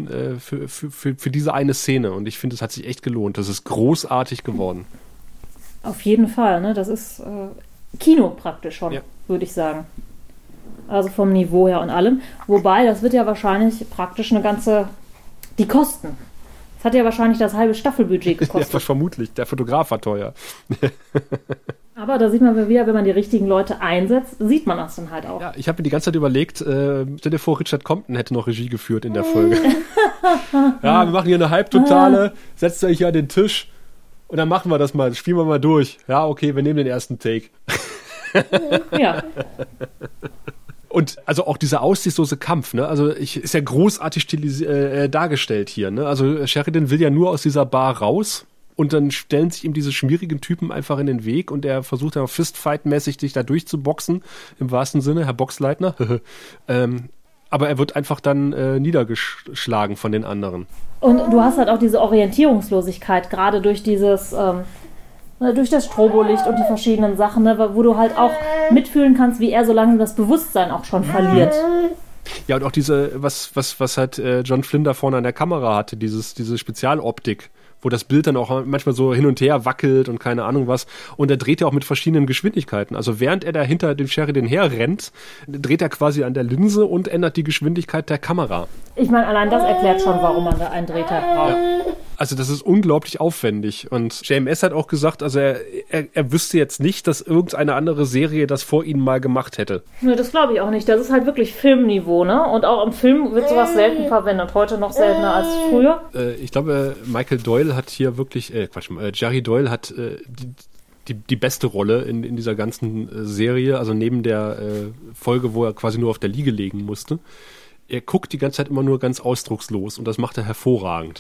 diese eine Szene. Und ich finde, es hat sich echt gelohnt. Das ist großartig geworden. Auf jeden Fall, ne? Das ist Kino praktisch schon, würde ich sagen. Also vom Niveau her und allem. Wobei, das wird ja wahrscheinlich praktisch die Kosten. Das hat ja wahrscheinlich das halbe Staffelbudget gekostet. Ja, vermutlich. Der Fotograf war teuer. Aber da sieht man wieder, wenn man die richtigen Leute einsetzt, sieht man das dann halt auch. Ja, ich habe mir die ganze Zeit überlegt, stell dir vor, Richard Compton hätte noch Regie geführt in der Folge. Ja, wir machen hier eine Halbtotale, setzt euch hier an den Tisch und dann machen wir das mal, spielen wir mal durch. Ja, okay, wir nehmen den ersten Take. Ja. Und also auch dieser aussichtslose Kampf, ne? Also ist ja großartig dargestellt hier, ne? Also Sheridan will ja nur aus dieser Bar raus. Und dann stellen sich ihm diese schmierigen Typen einfach in den Weg und er versucht dann auch Fistfight-mäßig sich da durchzuboxen, im wahrsten Sinne, Herr Boxleitner. Aber er wird einfach dann niedergeschlagen von den anderen. Und du hast halt auch diese Orientierungslosigkeit, gerade durch dieses, durch das Strobolicht und die verschiedenen Sachen, ne, wo du halt auch mitfühlen kannst, wie er so langsam das Bewusstsein auch schon verliert. Ja, und auch was halt John Flynn da vorne an der Kamera hatte, diese Spezialoptik, wo das Bild dann auch manchmal so hin und her wackelt und keine Ahnung was. Und er dreht ja auch mit verschiedenen Geschwindigkeiten. Also während er da hinter dem Sheridan herrennt, dreht er quasi an der Linse und ändert die Geschwindigkeit der Kamera. Ich meine, allein das erklärt schon, warum man da einen Drehtag braucht. Ja. Also das ist unglaublich aufwendig. Und JMS hat auch gesagt, also er wüsste jetzt nicht, dass irgendeine andere Serie das vor ihnen mal gemacht hätte. Ne, das glaube ich auch nicht. Das ist halt wirklich Filmniveau, ne? Und auch im Film wird sowas selten verwendet. Heute noch seltener als früher. Ich glaube, Michael Doyle hat hier wirklich, Jerry Doyle hat die beste Rolle in dieser ganzen Serie. Also neben der Folge, wo er quasi nur auf der Liege legen musste. Er guckt die ganze Zeit immer nur ganz ausdruckslos und das macht er hervorragend.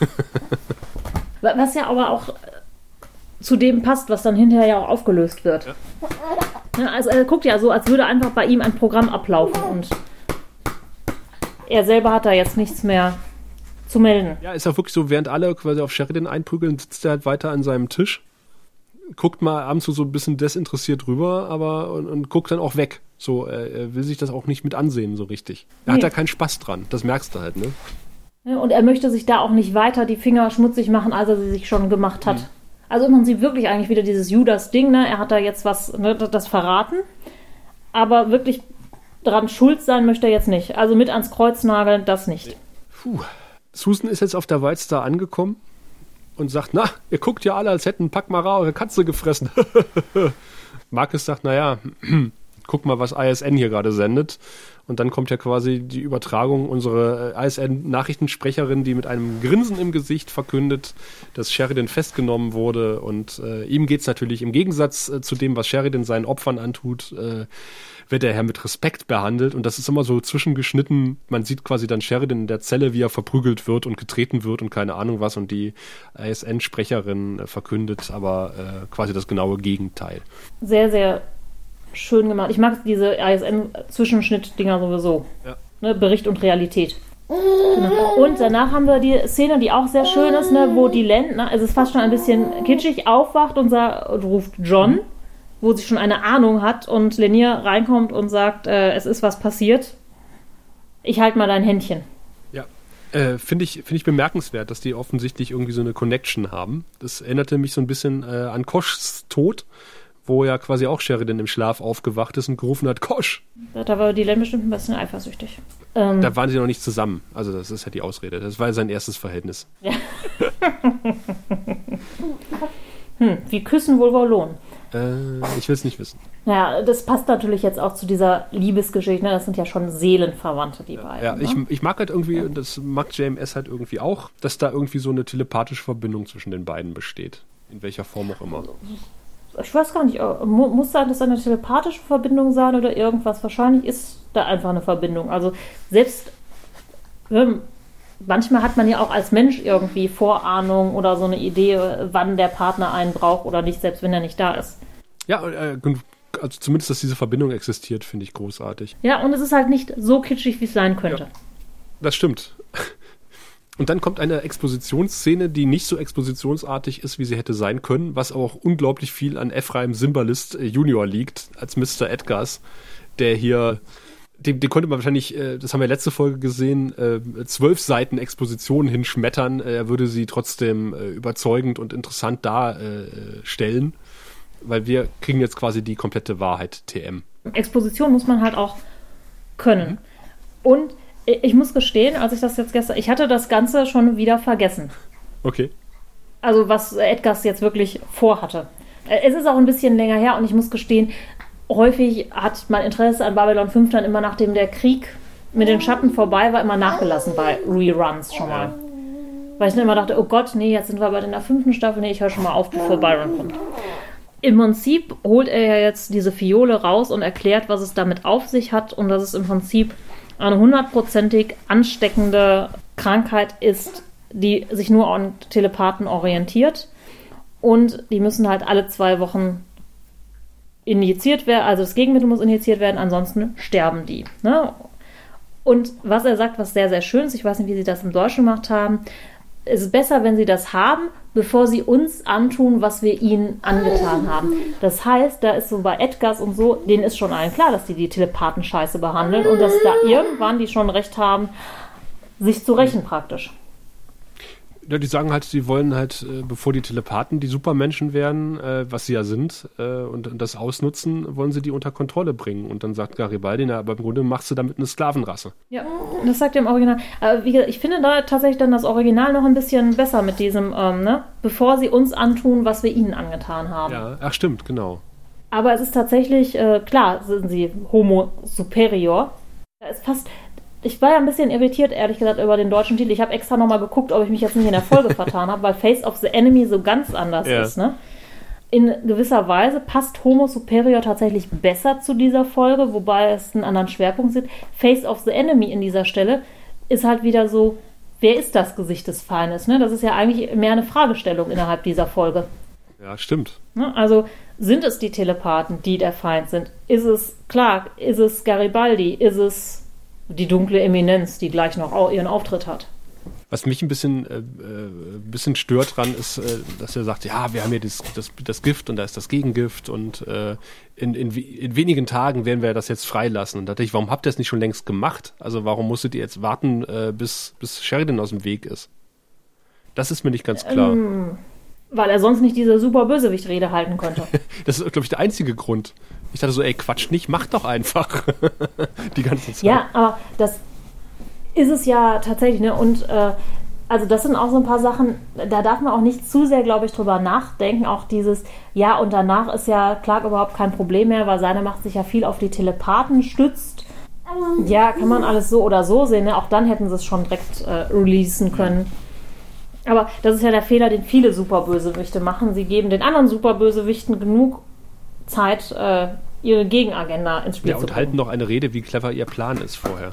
Was ja aber auch zu dem passt, was dann hinterher ja auch aufgelöst wird. Ja. Ja, also er guckt ja so, als würde einfach bei ihm ein Programm ablaufen und er selber hat da jetzt nichts mehr zu melden. Ja, ist auch wirklich so, während alle quasi auf Sheridan einprügeln, sitzt er halt weiter an seinem Tisch, guckt mal abends so ein bisschen desinteressiert rüber, und guckt dann auch weg. So, er will sich das auch nicht mit ansehen, so richtig. Er hat da keinen Spaß dran, das merkst du halt, ne? Ja, und er möchte sich da auch nicht weiter die Finger schmutzig machen, als er sie sich schon gemacht hat. Also im Prinzip wirklich eigentlich wieder dieses Judas-Ding, ne? Er hat da jetzt das verraten, aber wirklich dran schuld sein möchte er jetzt nicht. Also mit ans Kreuz nageln, das nicht. Puh. Susan ist jetzt auf der White Star angekommen und sagt, na, ihr guckt ja alle, als hätten Pac Mara eure Katze gefressen. Marcus sagt, naja, guck mal, was ISN hier gerade sendet. Und dann kommt ja quasi die Übertragung, unsere ISN-Nachrichtensprecherin, die mit einem Grinsen im Gesicht verkündet, dass Sheridan festgenommen wurde. Und ihm geht's natürlich im Gegensatz zu dem, was Sheridan seinen Opfern antut, wird der Herr mit Respekt behandelt. Und das ist immer so zwischengeschnitten. Man sieht quasi dann Sheridan in der Zelle, wie er verprügelt wird und getreten wird und keine Ahnung was. Und die ISN-Sprecherin verkündet aber quasi das genaue Gegenteil. Sehr, sehr schön gemacht. Ich mag diese ISN-Zwischenschnitt-Dinger sowieso. Ja. Ne, Bericht und Realität. Genau. Und danach haben wir die Szene, die auch sehr schön ist, ne, wo die Len, es ist fast schon ein bisschen kitschig, aufwacht und ruft John, wo sie schon eine Ahnung hat und Lennier reinkommt und sagt, es ist was passiert. Ich halte mal dein Händchen. Ja, finde ich bemerkenswert, dass die offensichtlich irgendwie so eine Connection haben. Das erinnerte mich so ein bisschen an Koschs Tod, wo ja quasi auch Sheridan im Schlaf aufgewacht ist und gerufen hat, Kosch! Da war die Len bestimmt ein bisschen eifersüchtig. Da waren sie noch nicht zusammen. Also das ist ja die Ausrede. Das war sein erstes Verhältnis. Ja. Wie küssen wohl Lohn? Ich will es nicht wissen. Naja, das passt natürlich jetzt auch zu dieser Liebesgeschichte. Ne? Das sind ja schon Seelenverwandte, die beiden. Ja, ne? ich mag halt irgendwie, und das mag JMS halt irgendwie auch, dass da irgendwie so eine telepathische Verbindung zwischen den beiden besteht. In welcher Form auch immer. Ich weiß gar nicht, muss das eine telepathische Verbindung sein oder irgendwas? Wahrscheinlich ist da einfach eine Verbindung. Also selbst, manchmal hat man ja auch als Mensch irgendwie Vorahnung oder so eine Idee, wann der Partner einen braucht oder nicht, selbst wenn er nicht da ist. Ja, also zumindest, dass diese Verbindung existiert, finde ich großartig. Ja, und es ist halt nicht so kitschig, wie es sein könnte. Ja, das stimmt. Und dann kommt eine Expositionsszene, die nicht so expositionsartig ist, wie sie hätte sein können, was auch unglaublich viel an Ephraim Zimbalist Junior liegt, als Mr. Edgars, der hier, den konnte man wahrscheinlich, das haben wir letzte Folge gesehen, 12 Seiten Exposition hinschmettern. Er würde sie trotzdem überzeugend und interessant darstellen, weil wir kriegen jetzt quasi die komplette Wahrheit TM. Exposition muss man halt auch können. Und ich muss gestehen, als ich das jetzt ich hatte das Ganze schon wieder vergessen. Okay. Also was Edgars jetzt wirklich vorhatte. Es ist auch ein bisschen länger her und ich muss gestehen, häufig hat mein Interesse an Babylon 5 dann immer, nachdem der Krieg mit den Schatten vorbei war, immer nachgelassen bei Reruns schon mal. Weil ich dann immer dachte, oh Gott, nee, jetzt sind wir bald in der 5. Staffel, nee, ich höre schon mal auf, bevor Byron kommt. Im Prinzip holt er ja jetzt diese Fiole raus und erklärt, was es damit auf sich hat und dass es im Prinzip eine 100%ig ansteckende Krankheit ist, die sich nur an Telepathen orientiert. Und die müssen halt alle 2 Wochen injiziert werden, also das Gegenmittel muss injiziert werden, ansonsten sterben die. Ne? Und was er sagt, was sehr, sehr schön ist, ich weiß nicht, wie sie das im Deutschen gemacht haben, es ist besser, wenn sie das haben, bevor sie uns antun, was wir ihnen angetan haben. Das heißt, da ist so bei Edgars und so, denen ist schon allen klar, dass die Telepathen scheiße behandeln und dass da irgendwann die schon recht haben, sich zu rächen praktisch. Ja, die sagen halt, sie wollen halt, bevor die Telepathen die Supermenschen werden, was sie ja sind, und das ausnutzen, wollen sie die unter Kontrolle bringen. Und dann sagt Garibaldi, na, aber im Grunde machst du damit eine Sklavenrasse. Ja, das sagt er im Original. Aber wie gesagt, ich finde da tatsächlich dann das Original noch ein bisschen besser mit diesem, bevor sie uns antun, was wir ihnen angetan haben. Ja, ach stimmt, genau. Aber es ist tatsächlich, klar, sind sie Homo superior. Da ist fast... Ich war ja ein bisschen irritiert, ehrlich gesagt, über den deutschen Titel. Ich habe extra nochmal geguckt, ob ich mich jetzt nicht in der Folge vertan habe, weil Face of the Enemy so ganz anders ist. Ne? In gewisser Weise passt Homo Superior tatsächlich besser zu dieser Folge, wobei es einen anderen Schwerpunkt sieht. Face of the Enemy in dieser Stelle ist halt wieder so, wer ist das Gesicht des Feindes? Ne? Das ist ja eigentlich mehr eine Fragestellung innerhalb dieser Folge. Ja, stimmt. Ne? Also sind es die Telepathen, die der Feind sind? Ist es Clark? Ist es Garibaldi? Ist es die dunkle Eminenz, die gleich noch ihren Auftritt hat? Was mich ein bisschen stört dran ist, dass er sagt, ja, wir haben hier das Gift und da ist das Gegengift und in wenigen Tagen werden wir das jetzt freilassen. Und da dachte ich, warum habt ihr das nicht schon längst gemacht? Also warum musstet ihr jetzt warten, bis Sheridan aus dem Weg ist? Das ist mir nicht ganz klar. Weil er sonst nicht diese super Bösewicht-Rede halten konnte. Das ist, glaube ich, der einzige Grund. Ich dachte so, ey, quatsch nicht, mach doch einfach. Die ganze Zeit. Ja, aber das ist es ja tatsächlich, ne? Und also das sind auch so ein paar Sachen, da darf man auch nicht zu sehr, glaube ich, drüber nachdenken. Auch dieses, ja, und danach ist ja Clark überhaupt kein Problem mehr, weil seine Macht sich ja viel auf die Telepathen stützt. Ja, kann man alles so oder so sehen. Ne? Auch dann hätten sie es schon direkt releasen können. Aber das ist ja der Fehler, den viele Superbösewichte machen. Sie geben den anderen Superbösewichten genug Zeit, ihre Gegenagenda ins Spiel zu bringen. Und halten noch eine Rede, wie clever ihr Plan ist vorher.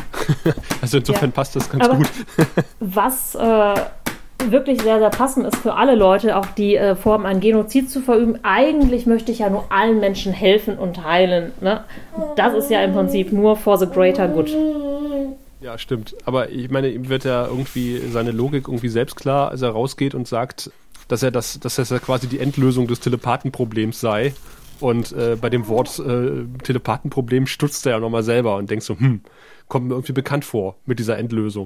Also insofern passt das ganz gut. Was wirklich sehr, sehr passend ist für alle Leute, auch die vorhaben, einen Genozid zu verüben. Eigentlich möchte ich ja nur allen Menschen helfen und heilen. Ne? Das ist ja im Prinzip nur for the greater good. Ja, stimmt. Aber ich meine, ihm wird ja irgendwie seine Logik irgendwie selbst klar, als er rausgeht und sagt, dass das ja quasi die Endlösung des Telepathenproblems sei. Und bei dem Wort Telepathenproblem stutzt er ja nochmal selber und denkt so, kommt mir irgendwie bekannt vor mit dieser Endlösung.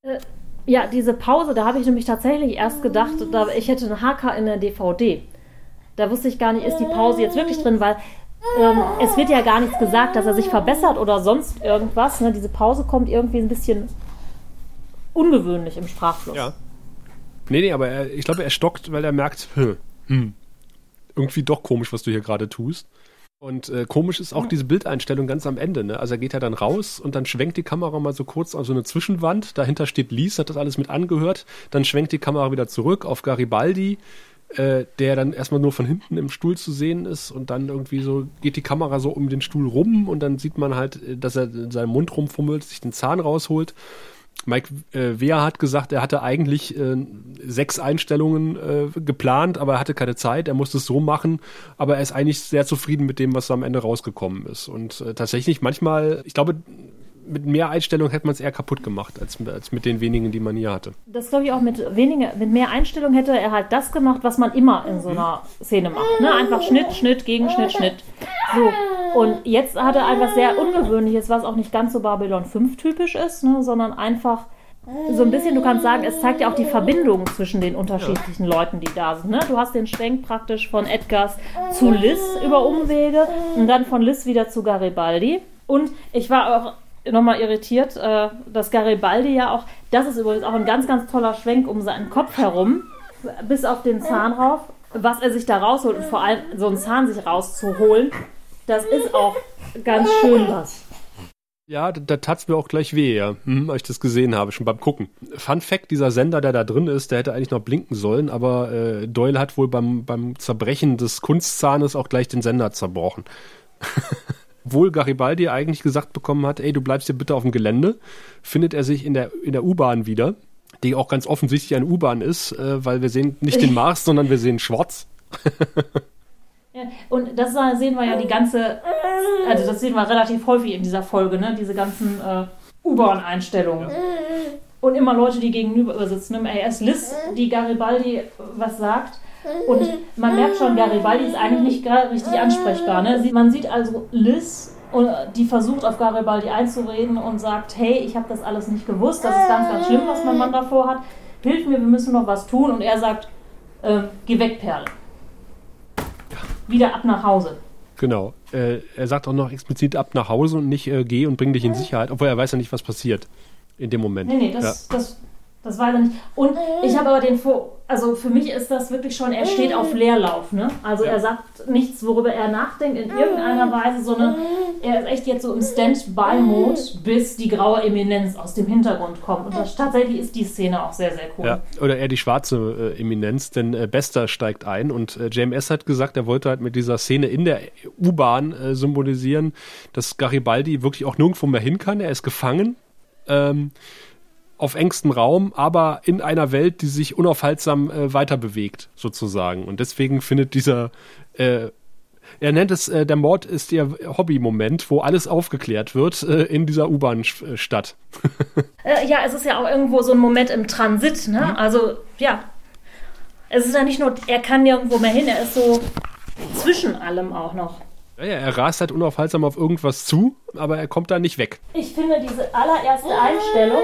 Ja, diese Pause, da habe ich nämlich tatsächlich erst gedacht, ich hätte einen Haker in der DVD. Da wusste ich gar nicht, ist die Pause jetzt wirklich drin, weil es wird ja gar nichts gesagt, dass er sich verbessert oder sonst irgendwas. Ne? Diese Pause kommt irgendwie ein bisschen ungewöhnlich im Sprachfluss. Ja. Nee, aber ich glaube, er stockt, weil er merkt, irgendwie doch komisch, was du hier gerade tust. Und komisch ist auch diese Bildeinstellung ganz am Ende. Ne? Also er geht ja dann raus und dann schwenkt die Kamera mal so kurz auf so eine Zwischenwand. Dahinter steht Lise, hat das alles mit angehört. Dann schwenkt die Kamera wieder zurück auf Garibaldi, der dann erstmal nur von hinten im Stuhl zu sehen ist. Und dann irgendwie so geht die Kamera so um den Stuhl rum und dann sieht man halt, dass er in seinem Mund rumfummelt, sich den Zahn rausholt. Mike Wehr hat gesagt, er hatte eigentlich 6 Einstellungen geplant, aber er hatte keine Zeit, er musste es so machen, aber er ist eigentlich sehr zufrieden mit dem, was am Ende rausgekommen ist. Und tatsächlich manchmal, ich glaube, mit mehr Einstellungen hätte man es eher kaputt gemacht, als mit den wenigen, die man hier hatte. Das glaube ich auch, mit mehr Einstellungen hätte er halt das gemacht, was man immer in so einer Szene macht. Ne? Einfach Schnitt, Schnitt, Gegenschnitt, Schnitt. So. Und jetzt hat er etwas sehr Ungewöhnliches, was auch nicht ganz so Babylon 5 typisch ist, ne? Sondern einfach so ein bisschen, du kannst sagen, es zeigt ja auch die Verbindung zwischen den unterschiedlichen Leuten, die da sind. Ne? Du hast den Schwenk praktisch von Edgars zu Liz über Umwege und dann von Liz wieder zu Garibaldi. Und ich war auch nochmal irritiert, dass Garibaldi ja auch, das ist übrigens auch ein ganz, ganz toller Schwenk um seinen Kopf herum, bis auf den Zahn rauf, was er sich da rausholt und vor allem so einen Zahn sich rauszuholen, das ist auch ganz schön was. Ja, da tat's mir auch gleich weh, ja, als ich das gesehen habe, schon beim Gucken. Fun Fact, dieser Sender, der da drin ist, der hätte eigentlich noch blinken sollen, aber Doyle hat wohl beim Zerbrechen des Kunstzahnes auch gleich den Sender zerbrochen. Obwohl Garibaldi eigentlich gesagt bekommen hat, ey, du bleibst hier bitte auf dem Gelände, findet er sich in der U-Bahn wieder, die auch ganz offensichtlich eine U-Bahn ist, weil wir sehen nicht den Mars, sondern wir sehen schwarz. Ja, und das sehen wir ja also das sehen wir relativ häufig in dieser Folge, ne? Diese ganzen U-Bahn-Einstellungen. Ja. Und immer Leute, die gegenüber sitzen. Erst Liz, die Garibaldi was sagt. Und man merkt schon, Garibaldi ist eigentlich nicht gerade richtig ansprechbar. Ne? Man sieht also Liz, die versucht auf Garibaldi einzureden und sagt, hey, ich habe das alles nicht gewusst, das ist ganz, ganz schlimm, was mein Mann davor hat. Hilf mir, wir müssen noch was tun. Und er sagt, geh weg, Perle. Wieder ab nach Hause. Genau. Er sagt auch noch explizit ab nach Hause und nicht geh und bring dich in Sicherheit, obwohl er weiß ja nicht, was passiert in dem Moment. Nee, das weiß er nicht. Und ich habe aber also für mich ist das wirklich schon, er steht auf Leerlauf, ne? Also er sagt nichts, worüber er nachdenkt in irgendeiner Weise, sondern er ist echt jetzt so im Stand-by-Mode, bis die graue Eminenz aus dem Hintergrund kommt. Und tatsächlich ist die Szene auch sehr, sehr cool. Ja, oder eher die schwarze Eminenz, denn Bester steigt ein und JMS hat gesagt, er wollte halt mit dieser Szene in der U-Bahn symbolisieren, dass Garibaldi wirklich auch nirgendwo mehr hin kann. Er ist gefangen. Auf engstem Raum, aber in einer Welt, die sich unaufhaltsam weiter bewegt, sozusagen. Und deswegen findet er nennt es, der Mord ist ihr Hobby-Moment, wo alles aufgeklärt wird in dieser U-Bahn statt. Ja, es ist ja auch irgendwo so ein Moment im Transit, ne? Mhm. Also, ja. Es ist ja nicht nur, er kann nirgendwo mehr hin, er ist so zwischen allem auch noch. Ja, er rast halt unaufhaltsam auf irgendwas zu, aber er kommt da nicht weg. Ich finde diese allererste Einstellung,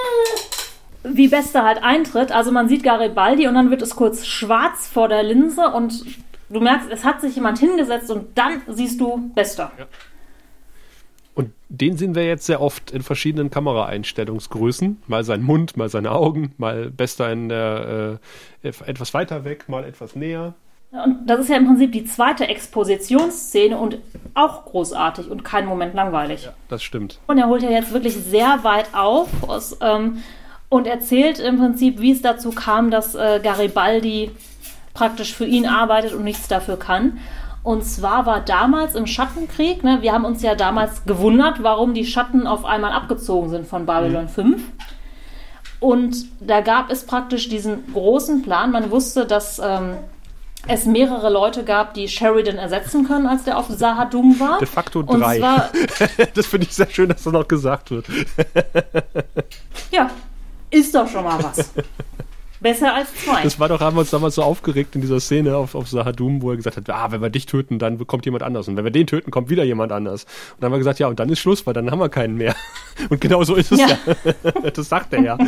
wie Bester halt eintritt, also man sieht Garibaldi und dann wird es kurz schwarz vor der Linse und du merkst, es hat sich jemand hingesetzt und dann siehst du Bester. Ja. Und den sehen wir jetzt sehr oft in verschiedenen Kameraeinstellungsgrößen. Mal sein Mund, mal seine Augen, mal Bester in der etwas weiter weg, mal etwas näher. Und das ist ja im Prinzip die zweite Expositionsszene und auch großartig und kein Moment langweilig. Ja, das stimmt. Und er holt ja jetzt wirklich sehr weit auf und erzählt im Prinzip, wie es dazu kam, dass Garibaldi praktisch für ihn arbeitet und nichts dafür kann. Und zwar war damals im Schattenkrieg, ne, wir haben uns ja damals gewundert, warum die Schatten auf einmal abgezogen sind von Babylon 5. Und da gab es praktisch diesen großen Plan. Man wusste, dass es mehrere Leute gab, die Sheridan ersetzen können, als der auf Sahadum war. De facto 3. Das finde ich sehr schön, dass das noch gesagt wird. Ja, ist doch schon mal was. Besser als 2. Das war doch, haben wir uns damals so aufgeregt in dieser Szene auf Sahadum, wo er gesagt hat, wenn wir dich töten, dann kommt jemand anders. Und wenn wir den töten, kommt wieder jemand anders. Und dann haben wir gesagt, ja, und dann ist Schluss, weil dann haben wir keinen mehr. Und genau so ist es ja. Das sagt er ja.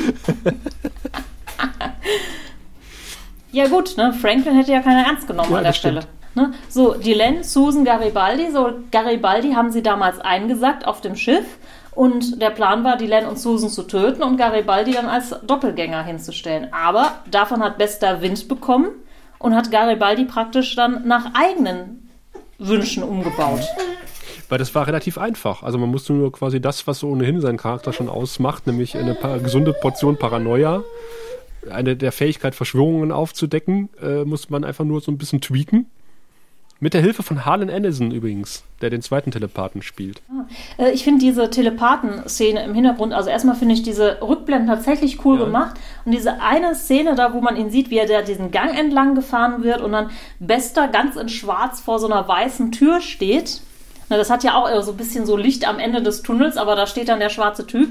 Ja gut, ne? Franklin hätte ja keiner ernst genommen an der Stelle. Ne? So, Delenn, Susan, Garibaldi. So, Garibaldi haben sie damals eingesackt auf dem Schiff. Und der Plan war, Delenn und Susan zu töten und Garibaldi dann als Doppelgänger hinzustellen. Aber davon hat Bester Wind bekommen und hat Garibaldi praktisch dann nach eigenen Wünschen umgebaut. Weil das war relativ einfach. Also man musste nur quasi das, was so ohnehin seinen Charakter schon ausmacht, nämlich eine gesunde Portion Paranoia, eine der Fähigkeit, Verschwörungen aufzudecken, musste man einfach nur so ein bisschen tweaken. Mit der Hilfe von Harlan Ellison übrigens, der den zweiten Telepathen spielt. Ich finde diese Telepathen-Szene im Hintergrund, also erstmal finde ich diese Rückblenden tatsächlich cool gemacht. Und diese eine Szene da, wo man ihn sieht, wie er da diesen Gang entlang gefahren wird und dann Bester ganz in schwarz vor so einer weißen Tür steht. Na, das hat ja auch so ein bisschen so Licht am Ende des Tunnels, aber da steht dann der schwarze Typ.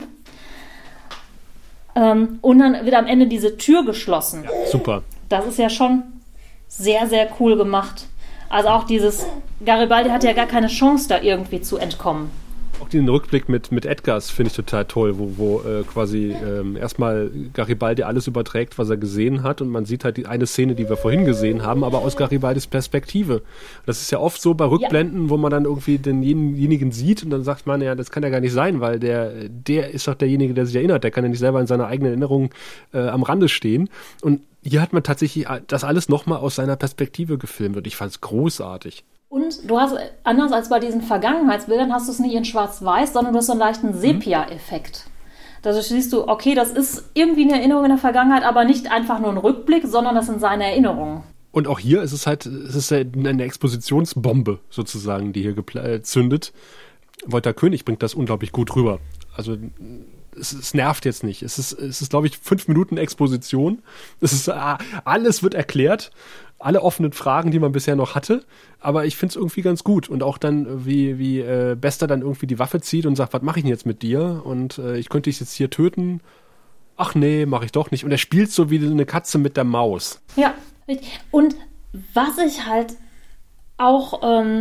Und dann wird am Ende diese Tür geschlossen. Ja, super. Das ist ja schon sehr, sehr cool gemacht. Also auch dieses, Garibaldi hat ja gar keine Chance, da irgendwie zu entkommen. Auch den Rückblick mit Edgars finde ich total toll, wo quasi erstmal Garibaldi alles überträgt, was er gesehen hat, und man sieht halt die eine Szene, die wir vorhin gesehen haben, aber aus Garibaldis Perspektive. Das ist ja oft so bei Rückblenden, wo man dann irgendwie denjenigen sieht und dann sagt man, ja, das kann ja gar nicht sein, weil der ist doch derjenige, der sich erinnert, der kann ja nicht selber in seiner eigenen Erinnerung am Rande stehen. Und hier hat man tatsächlich das alles nochmal aus seiner Perspektive gefilmt und ich fand es großartig. Und du hast, anders als bei diesen Vergangenheitsbildern, hast du es nicht in schwarz-weiß, sondern du hast so einen leichten Sepia-Effekt. Da siehst du, okay, das ist irgendwie eine Erinnerung in der Vergangenheit, aber nicht einfach nur ein Rückblick, sondern das sind seine Erinnerungen. Und auch hier ist es eine Expositionsbombe sozusagen, die hier zündet. Wolter König bringt das unglaublich gut rüber. Also es nervt jetzt nicht. Es ist, glaube ich, 5 Minuten Exposition. Alles wird erklärt. Alle offenen Fragen, die man bisher noch hatte. Aber ich finde es irgendwie ganz gut. Und auch dann, wie Bester dann irgendwie die Waffe zieht und sagt, was mache ich denn jetzt mit dir? Und ich könnte dich jetzt hier töten. Ach nee, mache ich doch nicht. Und er spielt so wie eine Katze mit der Maus. Ja, und was ich halt auch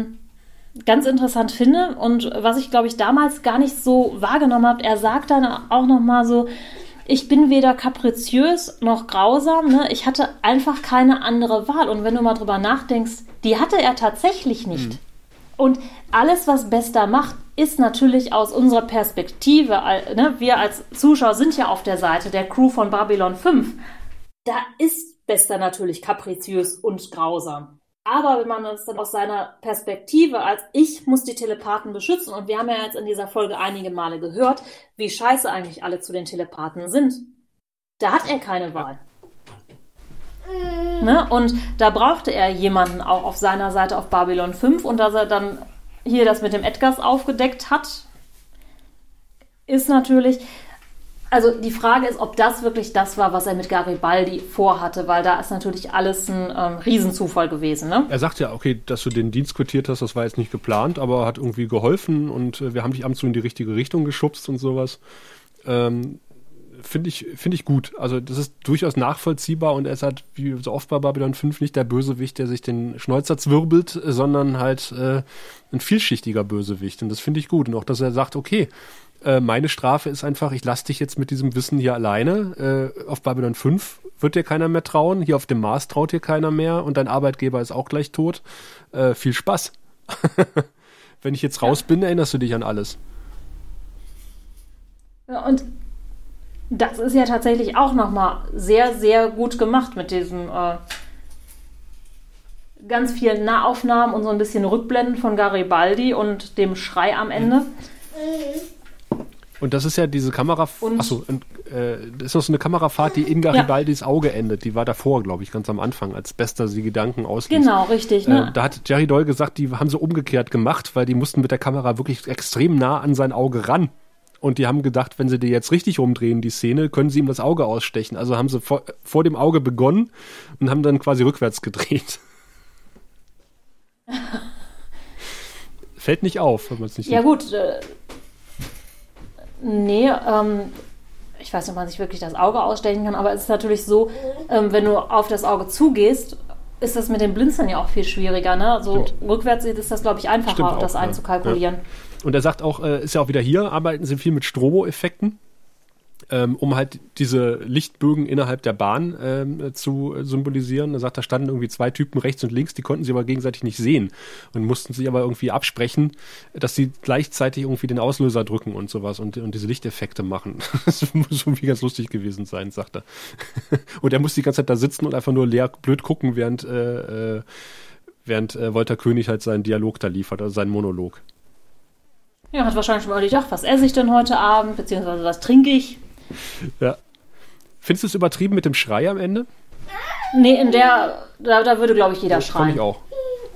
ganz interessant finde und was ich, glaube ich, damals gar nicht so wahrgenommen habe, er sagt dann auch nochmal so, ich bin weder kapriziös noch grausam, ne? Ich hatte einfach keine andere Wahl. Und wenn du mal drüber nachdenkst, die hatte er tatsächlich nicht. Und alles, was Bester macht, ist natürlich aus unserer Perspektive, ne? Wir als Zuschauer sind ja auf der Seite der Crew von Babylon 5. Da ist Bester natürlich kapriziös und grausam. Aber wenn man das dann aus seiner Perspektive als ich muss die Telepathen beschützen, und wir haben ja jetzt in dieser Folge einige Male gehört, wie scheiße eigentlich alle zu den Telepathen sind, da hat er keine Wahl. Ne? Und da brauchte er jemanden auch auf seiner Seite auf Babylon 5, und dass er dann hier das mit dem Edgars aufgedeckt hat, ist natürlich... Also die Frage ist, ob das wirklich das war, was er mit Garibaldi vorhatte, weil da ist natürlich alles ein Riesenzufall gewesen. Ne? Er sagt ja, okay, dass du den Dienst quittiert hast, das war jetzt nicht geplant, aber hat irgendwie geholfen und wir haben dich ab und zu in die richtige Richtung geschubst und sowas. Finde ich gut. Also das ist durchaus nachvollziehbar und er ist halt, wie so oft bei Babylon 5, nicht der Bösewicht, der sich den Schnäuzer zwirbelt, sondern halt ein vielschichtiger Bösewicht. Und das finde ich gut. Und auch, dass er sagt, okay, meine Strafe ist einfach, ich lasse dich jetzt mit diesem Wissen hier alleine. Auf Babylon 5 wird dir keiner mehr trauen. Hier auf dem Mars traut dir keiner mehr. Und dein Arbeitgeber ist auch gleich tot. Viel Spaß. Wenn ich jetzt raus bin, erinnerst du dich an alles. Und das ist ja tatsächlich auch nochmal sehr, sehr gut gemacht mit diesem ganz vielen Nahaufnahmen und so ein bisschen Rückblenden von Garibaldi und dem Schrei am Ende. Und das ist ja diese Kamera... das ist noch so eine Kamerafahrt, die in Garibaldis Auge endet. Die war davor, glaube ich, ganz am Anfang, als Bester die Gedanken ausließ. Genau, richtig. Ne? Da hat Jerry Doyle gesagt, die haben sie umgekehrt gemacht, weil die mussten mit der Kamera wirklich extrem nah an sein Auge ran. Und die haben gedacht, wenn sie die jetzt richtig rumdrehen, die Szene, können sie ihm das Auge ausstechen. Also haben sie vor dem Auge begonnen und haben dann quasi rückwärts gedreht. Fällt nicht auf, wenn man es nicht sieht. Ja gut, nee, ich weiß nicht, ob man sich wirklich das Auge ausstechen kann, aber es ist natürlich so, wenn du auf das Auge zugehst, ist das mit dem Blinzeln ja auch viel schwieriger. Ne? So rückwärts ist das, glaube ich, einfacher, das einzukalkulieren. Ja. Und er sagt auch, ist ja auch wieder hier, arbeiten sie viel mit Strobo-Effekten, um halt diese Lichtbögen innerhalb der Bahn zu symbolisieren. Er sagt, da standen irgendwie 2 Typen rechts und links, die konnten sie aber gegenseitig nicht sehen und mussten sich aber irgendwie absprechen, dass sie gleichzeitig irgendwie den Auslöser drücken und sowas und diese Lichteffekte machen. Das muss irgendwie ganz lustig gewesen sein, sagt er. Und er muss die ganze Zeit da sitzen und einfach nur leer blöd gucken, während Walter König halt seinen Dialog da liefert, also seinen Monolog. Ja, hat wahrscheinlich schon mal gedacht, was esse ich denn heute Abend, beziehungsweise was trinke ich? Ja. Findest du es übertrieben mit dem Schrei am Ende? Nee, da würde, glaube ich, jeder schreien. Ich auch.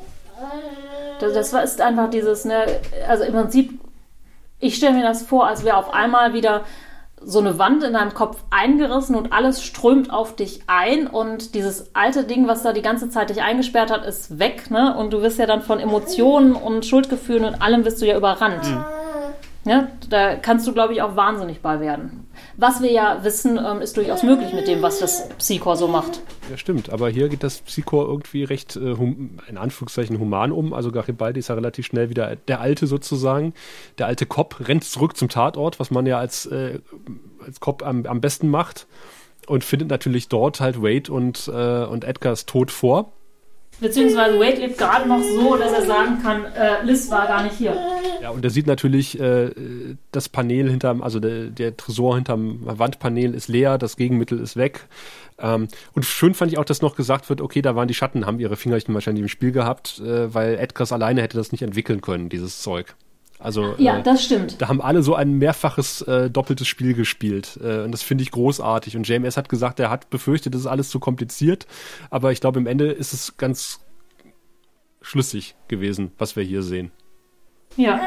Das ist einfach dieses, ne, also im Prinzip, ich stelle mir das vor, als wäre auf einmal wieder so eine Wand in deinem Kopf eingerissen und alles strömt auf dich ein und dieses alte Ding, was da die ganze Zeit dich eingesperrt hat, ist weg, ne? Und du wirst ja dann von Emotionen und Schuldgefühlen und allem wirst du ja überrannt. Ja, da kannst du, glaube ich, auch wahnsinnig bei werden. Was wir ja wissen, ist durchaus möglich mit dem, was das Psychor so macht. Ja, stimmt. Aber hier geht das Psychor irgendwie recht, in Anführungszeichen, human um. Also Garibaldi ist ja relativ schnell wieder der Alte sozusagen. Der alte Cop rennt zurück zum Tatort, was man ja als Cop am besten macht. Und findet natürlich dort halt Wade und Edgars Tod vor. Beziehungsweise Wade lebt gerade noch so, dass er sagen kann, Liz war gar nicht hier. Ja, und er sieht natürlich, das Panel also der Tresor hinterm Wandpanel ist leer, das Gegenmittel ist weg. Und schön fand ich auch, dass noch gesagt wird, okay, da waren die Schatten, haben ihre Fingerchen wahrscheinlich im Spiel gehabt, weil Edgars alleine hätte das nicht entwickeln können, dieses Zeug. Also, ja, das stimmt. Da haben alle so ein mehrfaches doppeltes Spiel gespielt. Und das finde ich großartig. Und JMS hat gesagt, er hat befürchtet, das ist alles zu kompliziert. Aber ich glaube, im Ende ist es ganz schlüssig gewesen, was wir hier sehen. Ja.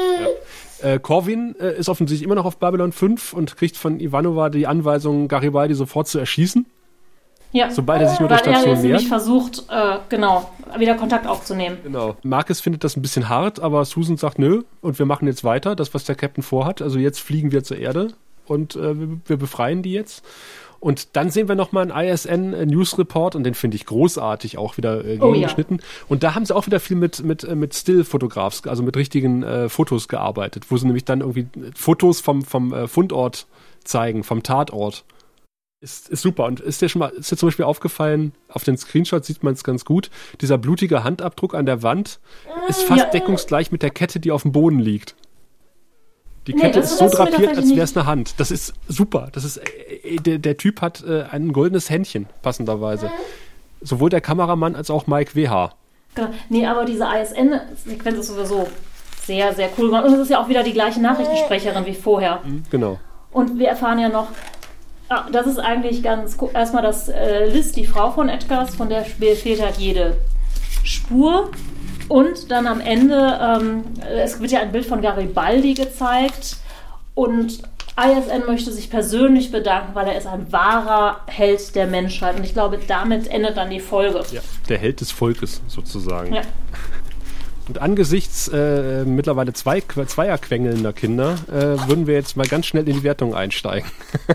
Corwin ist offensichtlich immer noch auf Babylon 5 und kriegt von Ivanova die Anweisung, Garibaldi sofort zu erschießen. Ja, sobald er sich nur der Station nähert. Weil er jetzt nämlich versucht, wieder Kontakt aufzunehmen. Genau. Marcus findet das ein bisschen hart, aber Susan sagt, nö, und wir machen jetzt weiter, das, was der Captain vorhat. Also jetzt fliegen wir zur Erde und wir befreien die jetzt. Und dann sehen wir nochmal einen ISN-News-Report und den finde ich großartig auch wieder gegengeschnitten. Ja. Und da haben sie auch wieder viel mit Still-Fotographs, also mit richtigen Fotos gearbeitet, wo sie nämlich dann irgendwie Fotos vom Fundort zeigen, vom Tatort. Ist super. Und ist dir zum Beispiel aufgefallen, auf den Screenshots sieht man es ganz gut, dieser blutige Handabdruck an der Wand ist fast deckungsgleich mit der Kette, die auf dem Boden liegt. Die Kette ist so drapiert, als wäre es eine Hand. Das ist super. Das ist, der Typ hat ein goldenes Händchen, passenderweise. Sowohl der Kameramann als auch Mike W.H. Genau. Nee, aber diese ISN-Sequenz ist sowieso sehr, sehr cool gemacht. Und es ist ja auch wieder die gleiche Nachrichtensprecherin wie vorher. Genau. Und wir erfahren ja noch, das ist eigentlich ganz cool. Erstmal, dass Liz, die Frau von Edgars, von der fehlt halt jede Spur. Und dann am Ende, es wird ja ein Bild von Garibaldi gezeigt. Und ISN möchte sich persönlich bedanken, weil er ist ein wahrer Held der Menschheit. Und ich glaube, damit endet dann die Folge. Ja, der Held des Volkes sozusagen. Ja. Und angesichts mittlerweile zweierquengelnder Kinder würden wir jetzt mal ganz schnell in die Wertung einsteigen.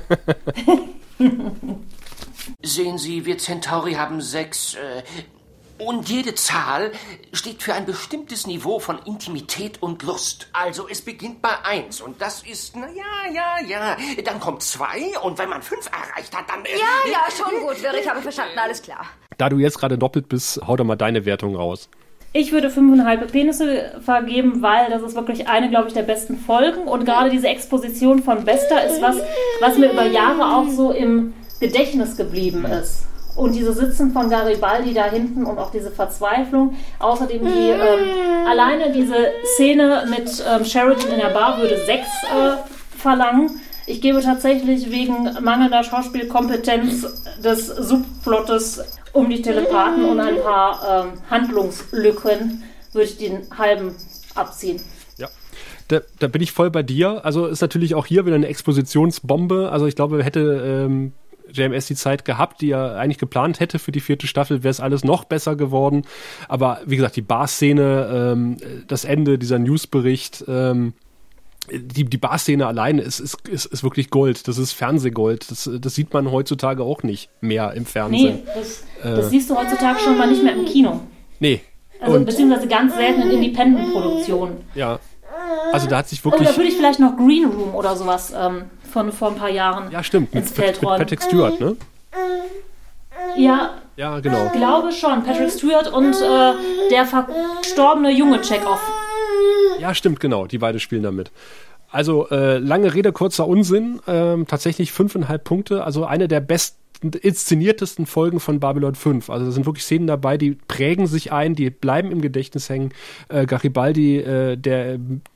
Sehen Sie, wir Centauri haben 6... Und jede Zahl steht für ein bestimmtes Niveau von Intimität und Lust. Also es beginnt bei 1 und das ist, ja. Dann kommt 2 und wenn man 5 erreicht hat, dann... Ja, schon gut, ich habe verstanden, alles klar. Da du jetzt gerade doppelt bist, hau doch mal deine Wertung raus. Ich würde 5,5 Penisse vergeben, weil das ist wirklich eine, glaube ich, der besten Folgen. Und gerade diese Exposition von Bester ist was mir über Jahre auch so im Gedächtnis geblieben ist. Und diese Sitzen von Garibaldi da hinten und auch diese Verzweiflung. Außerdem alleine diese Szene mit Sheridan in der Bar würde 6 verlangen. Ich gebe tatsächlich wegen mangelnder Schauspielkompetenz des Subplottes um die Telepathen und ein paar Handlungslücken würde ich den halben abziehen. Ja, da bin ich voll bei dir. Also ist natürlich auch hier wieder eine Expositionsbombe. Also ich glaube, hätte JMS die Zeit gehabt, die er eigentlich geplant hätte für die 4. Staffel, wäre es alles noch besser geworden. Aber wie gesagt, die Bar-Szene, das Ende, dieser Newsbericht, die Bar-Szene allein ist wirklich Gold. Das ist Fernsehgold. Das sieht man heutzutage auch nicht mehr im Fernsehen. Nee, das siehst du heutzutage schon mal nicht mehr im Kino. Nee. Also beziehungsweise ganz selten in Independent-Produktionen. Ja. Also da hat sich wirklich... da würde ich vielleicht noch Green Room oder sowas von vor ein paar Jahren ins Feld räumen. Mit Patrick Stewart, ne? Ja, genau. Ich glaube schon. Patrick Stewart und der verstorbene junge Chekhov. Ja, stimmt, genau. Die beiden spielen damit. Also lange Rede, kurzer Unsinn. Tatsächlich 5,5 Punkte. Also eine der besten, inszeniertesten Folgen von Babylon 5. Also da sind wirklich Szenen dabei, die prägen sich ein, die bleiben im Gedächtnis hängen. Garibaldi, der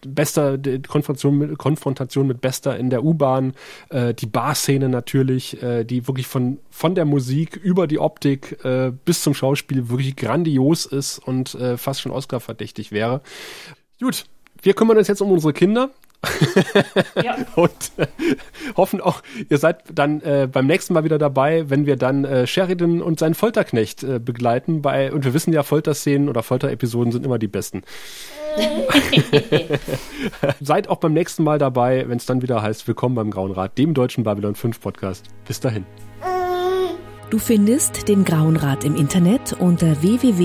Konfrontation mit Bester in der U-Bahn. Die Bar-Szene natürlich, die wirklich von der Musik über die Optik bis zum Schauspiel wirklich grandios ist und fast schon Oscar-verdächtig wäre. Gut, wir kümmern uns jetzt um unsere Kinder. Ja. Und hoffen auch, ihr seid dann beim nächsten Mal wieder dabei, wenn wir dann Sheridan und seinen Folterknecht begleiten. Und wir wissen ja, Folterszenen oder Folterepisoden sind immer die besten. Seid auch beim nächsten Mal dabei, wenn es dann wieder heißt, willkommen beim Grauen Rat, dem deutschen Babylon 5 Podcast. Bis dahin. Du findest den Grauen Rat im Internet unter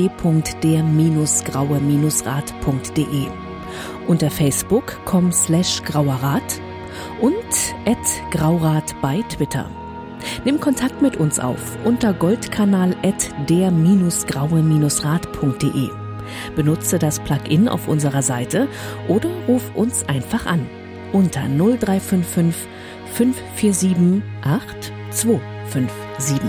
www.der-graue-rat.de, unter Facebook.com/grauerrat und @graurat bei Twitter. Nimm Kontakt mit uns auf unter Goldkanal @der-graue-rat.de. Benutze das Plugin auf unserer Seite oder ruf uns einfach an unter 0355 547 8257.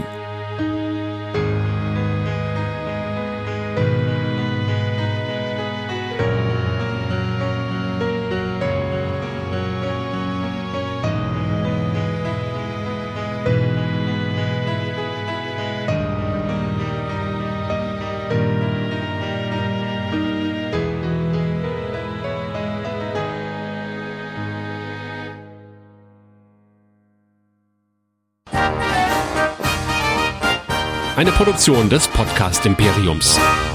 Eine Produktion des Podcast Imperiums.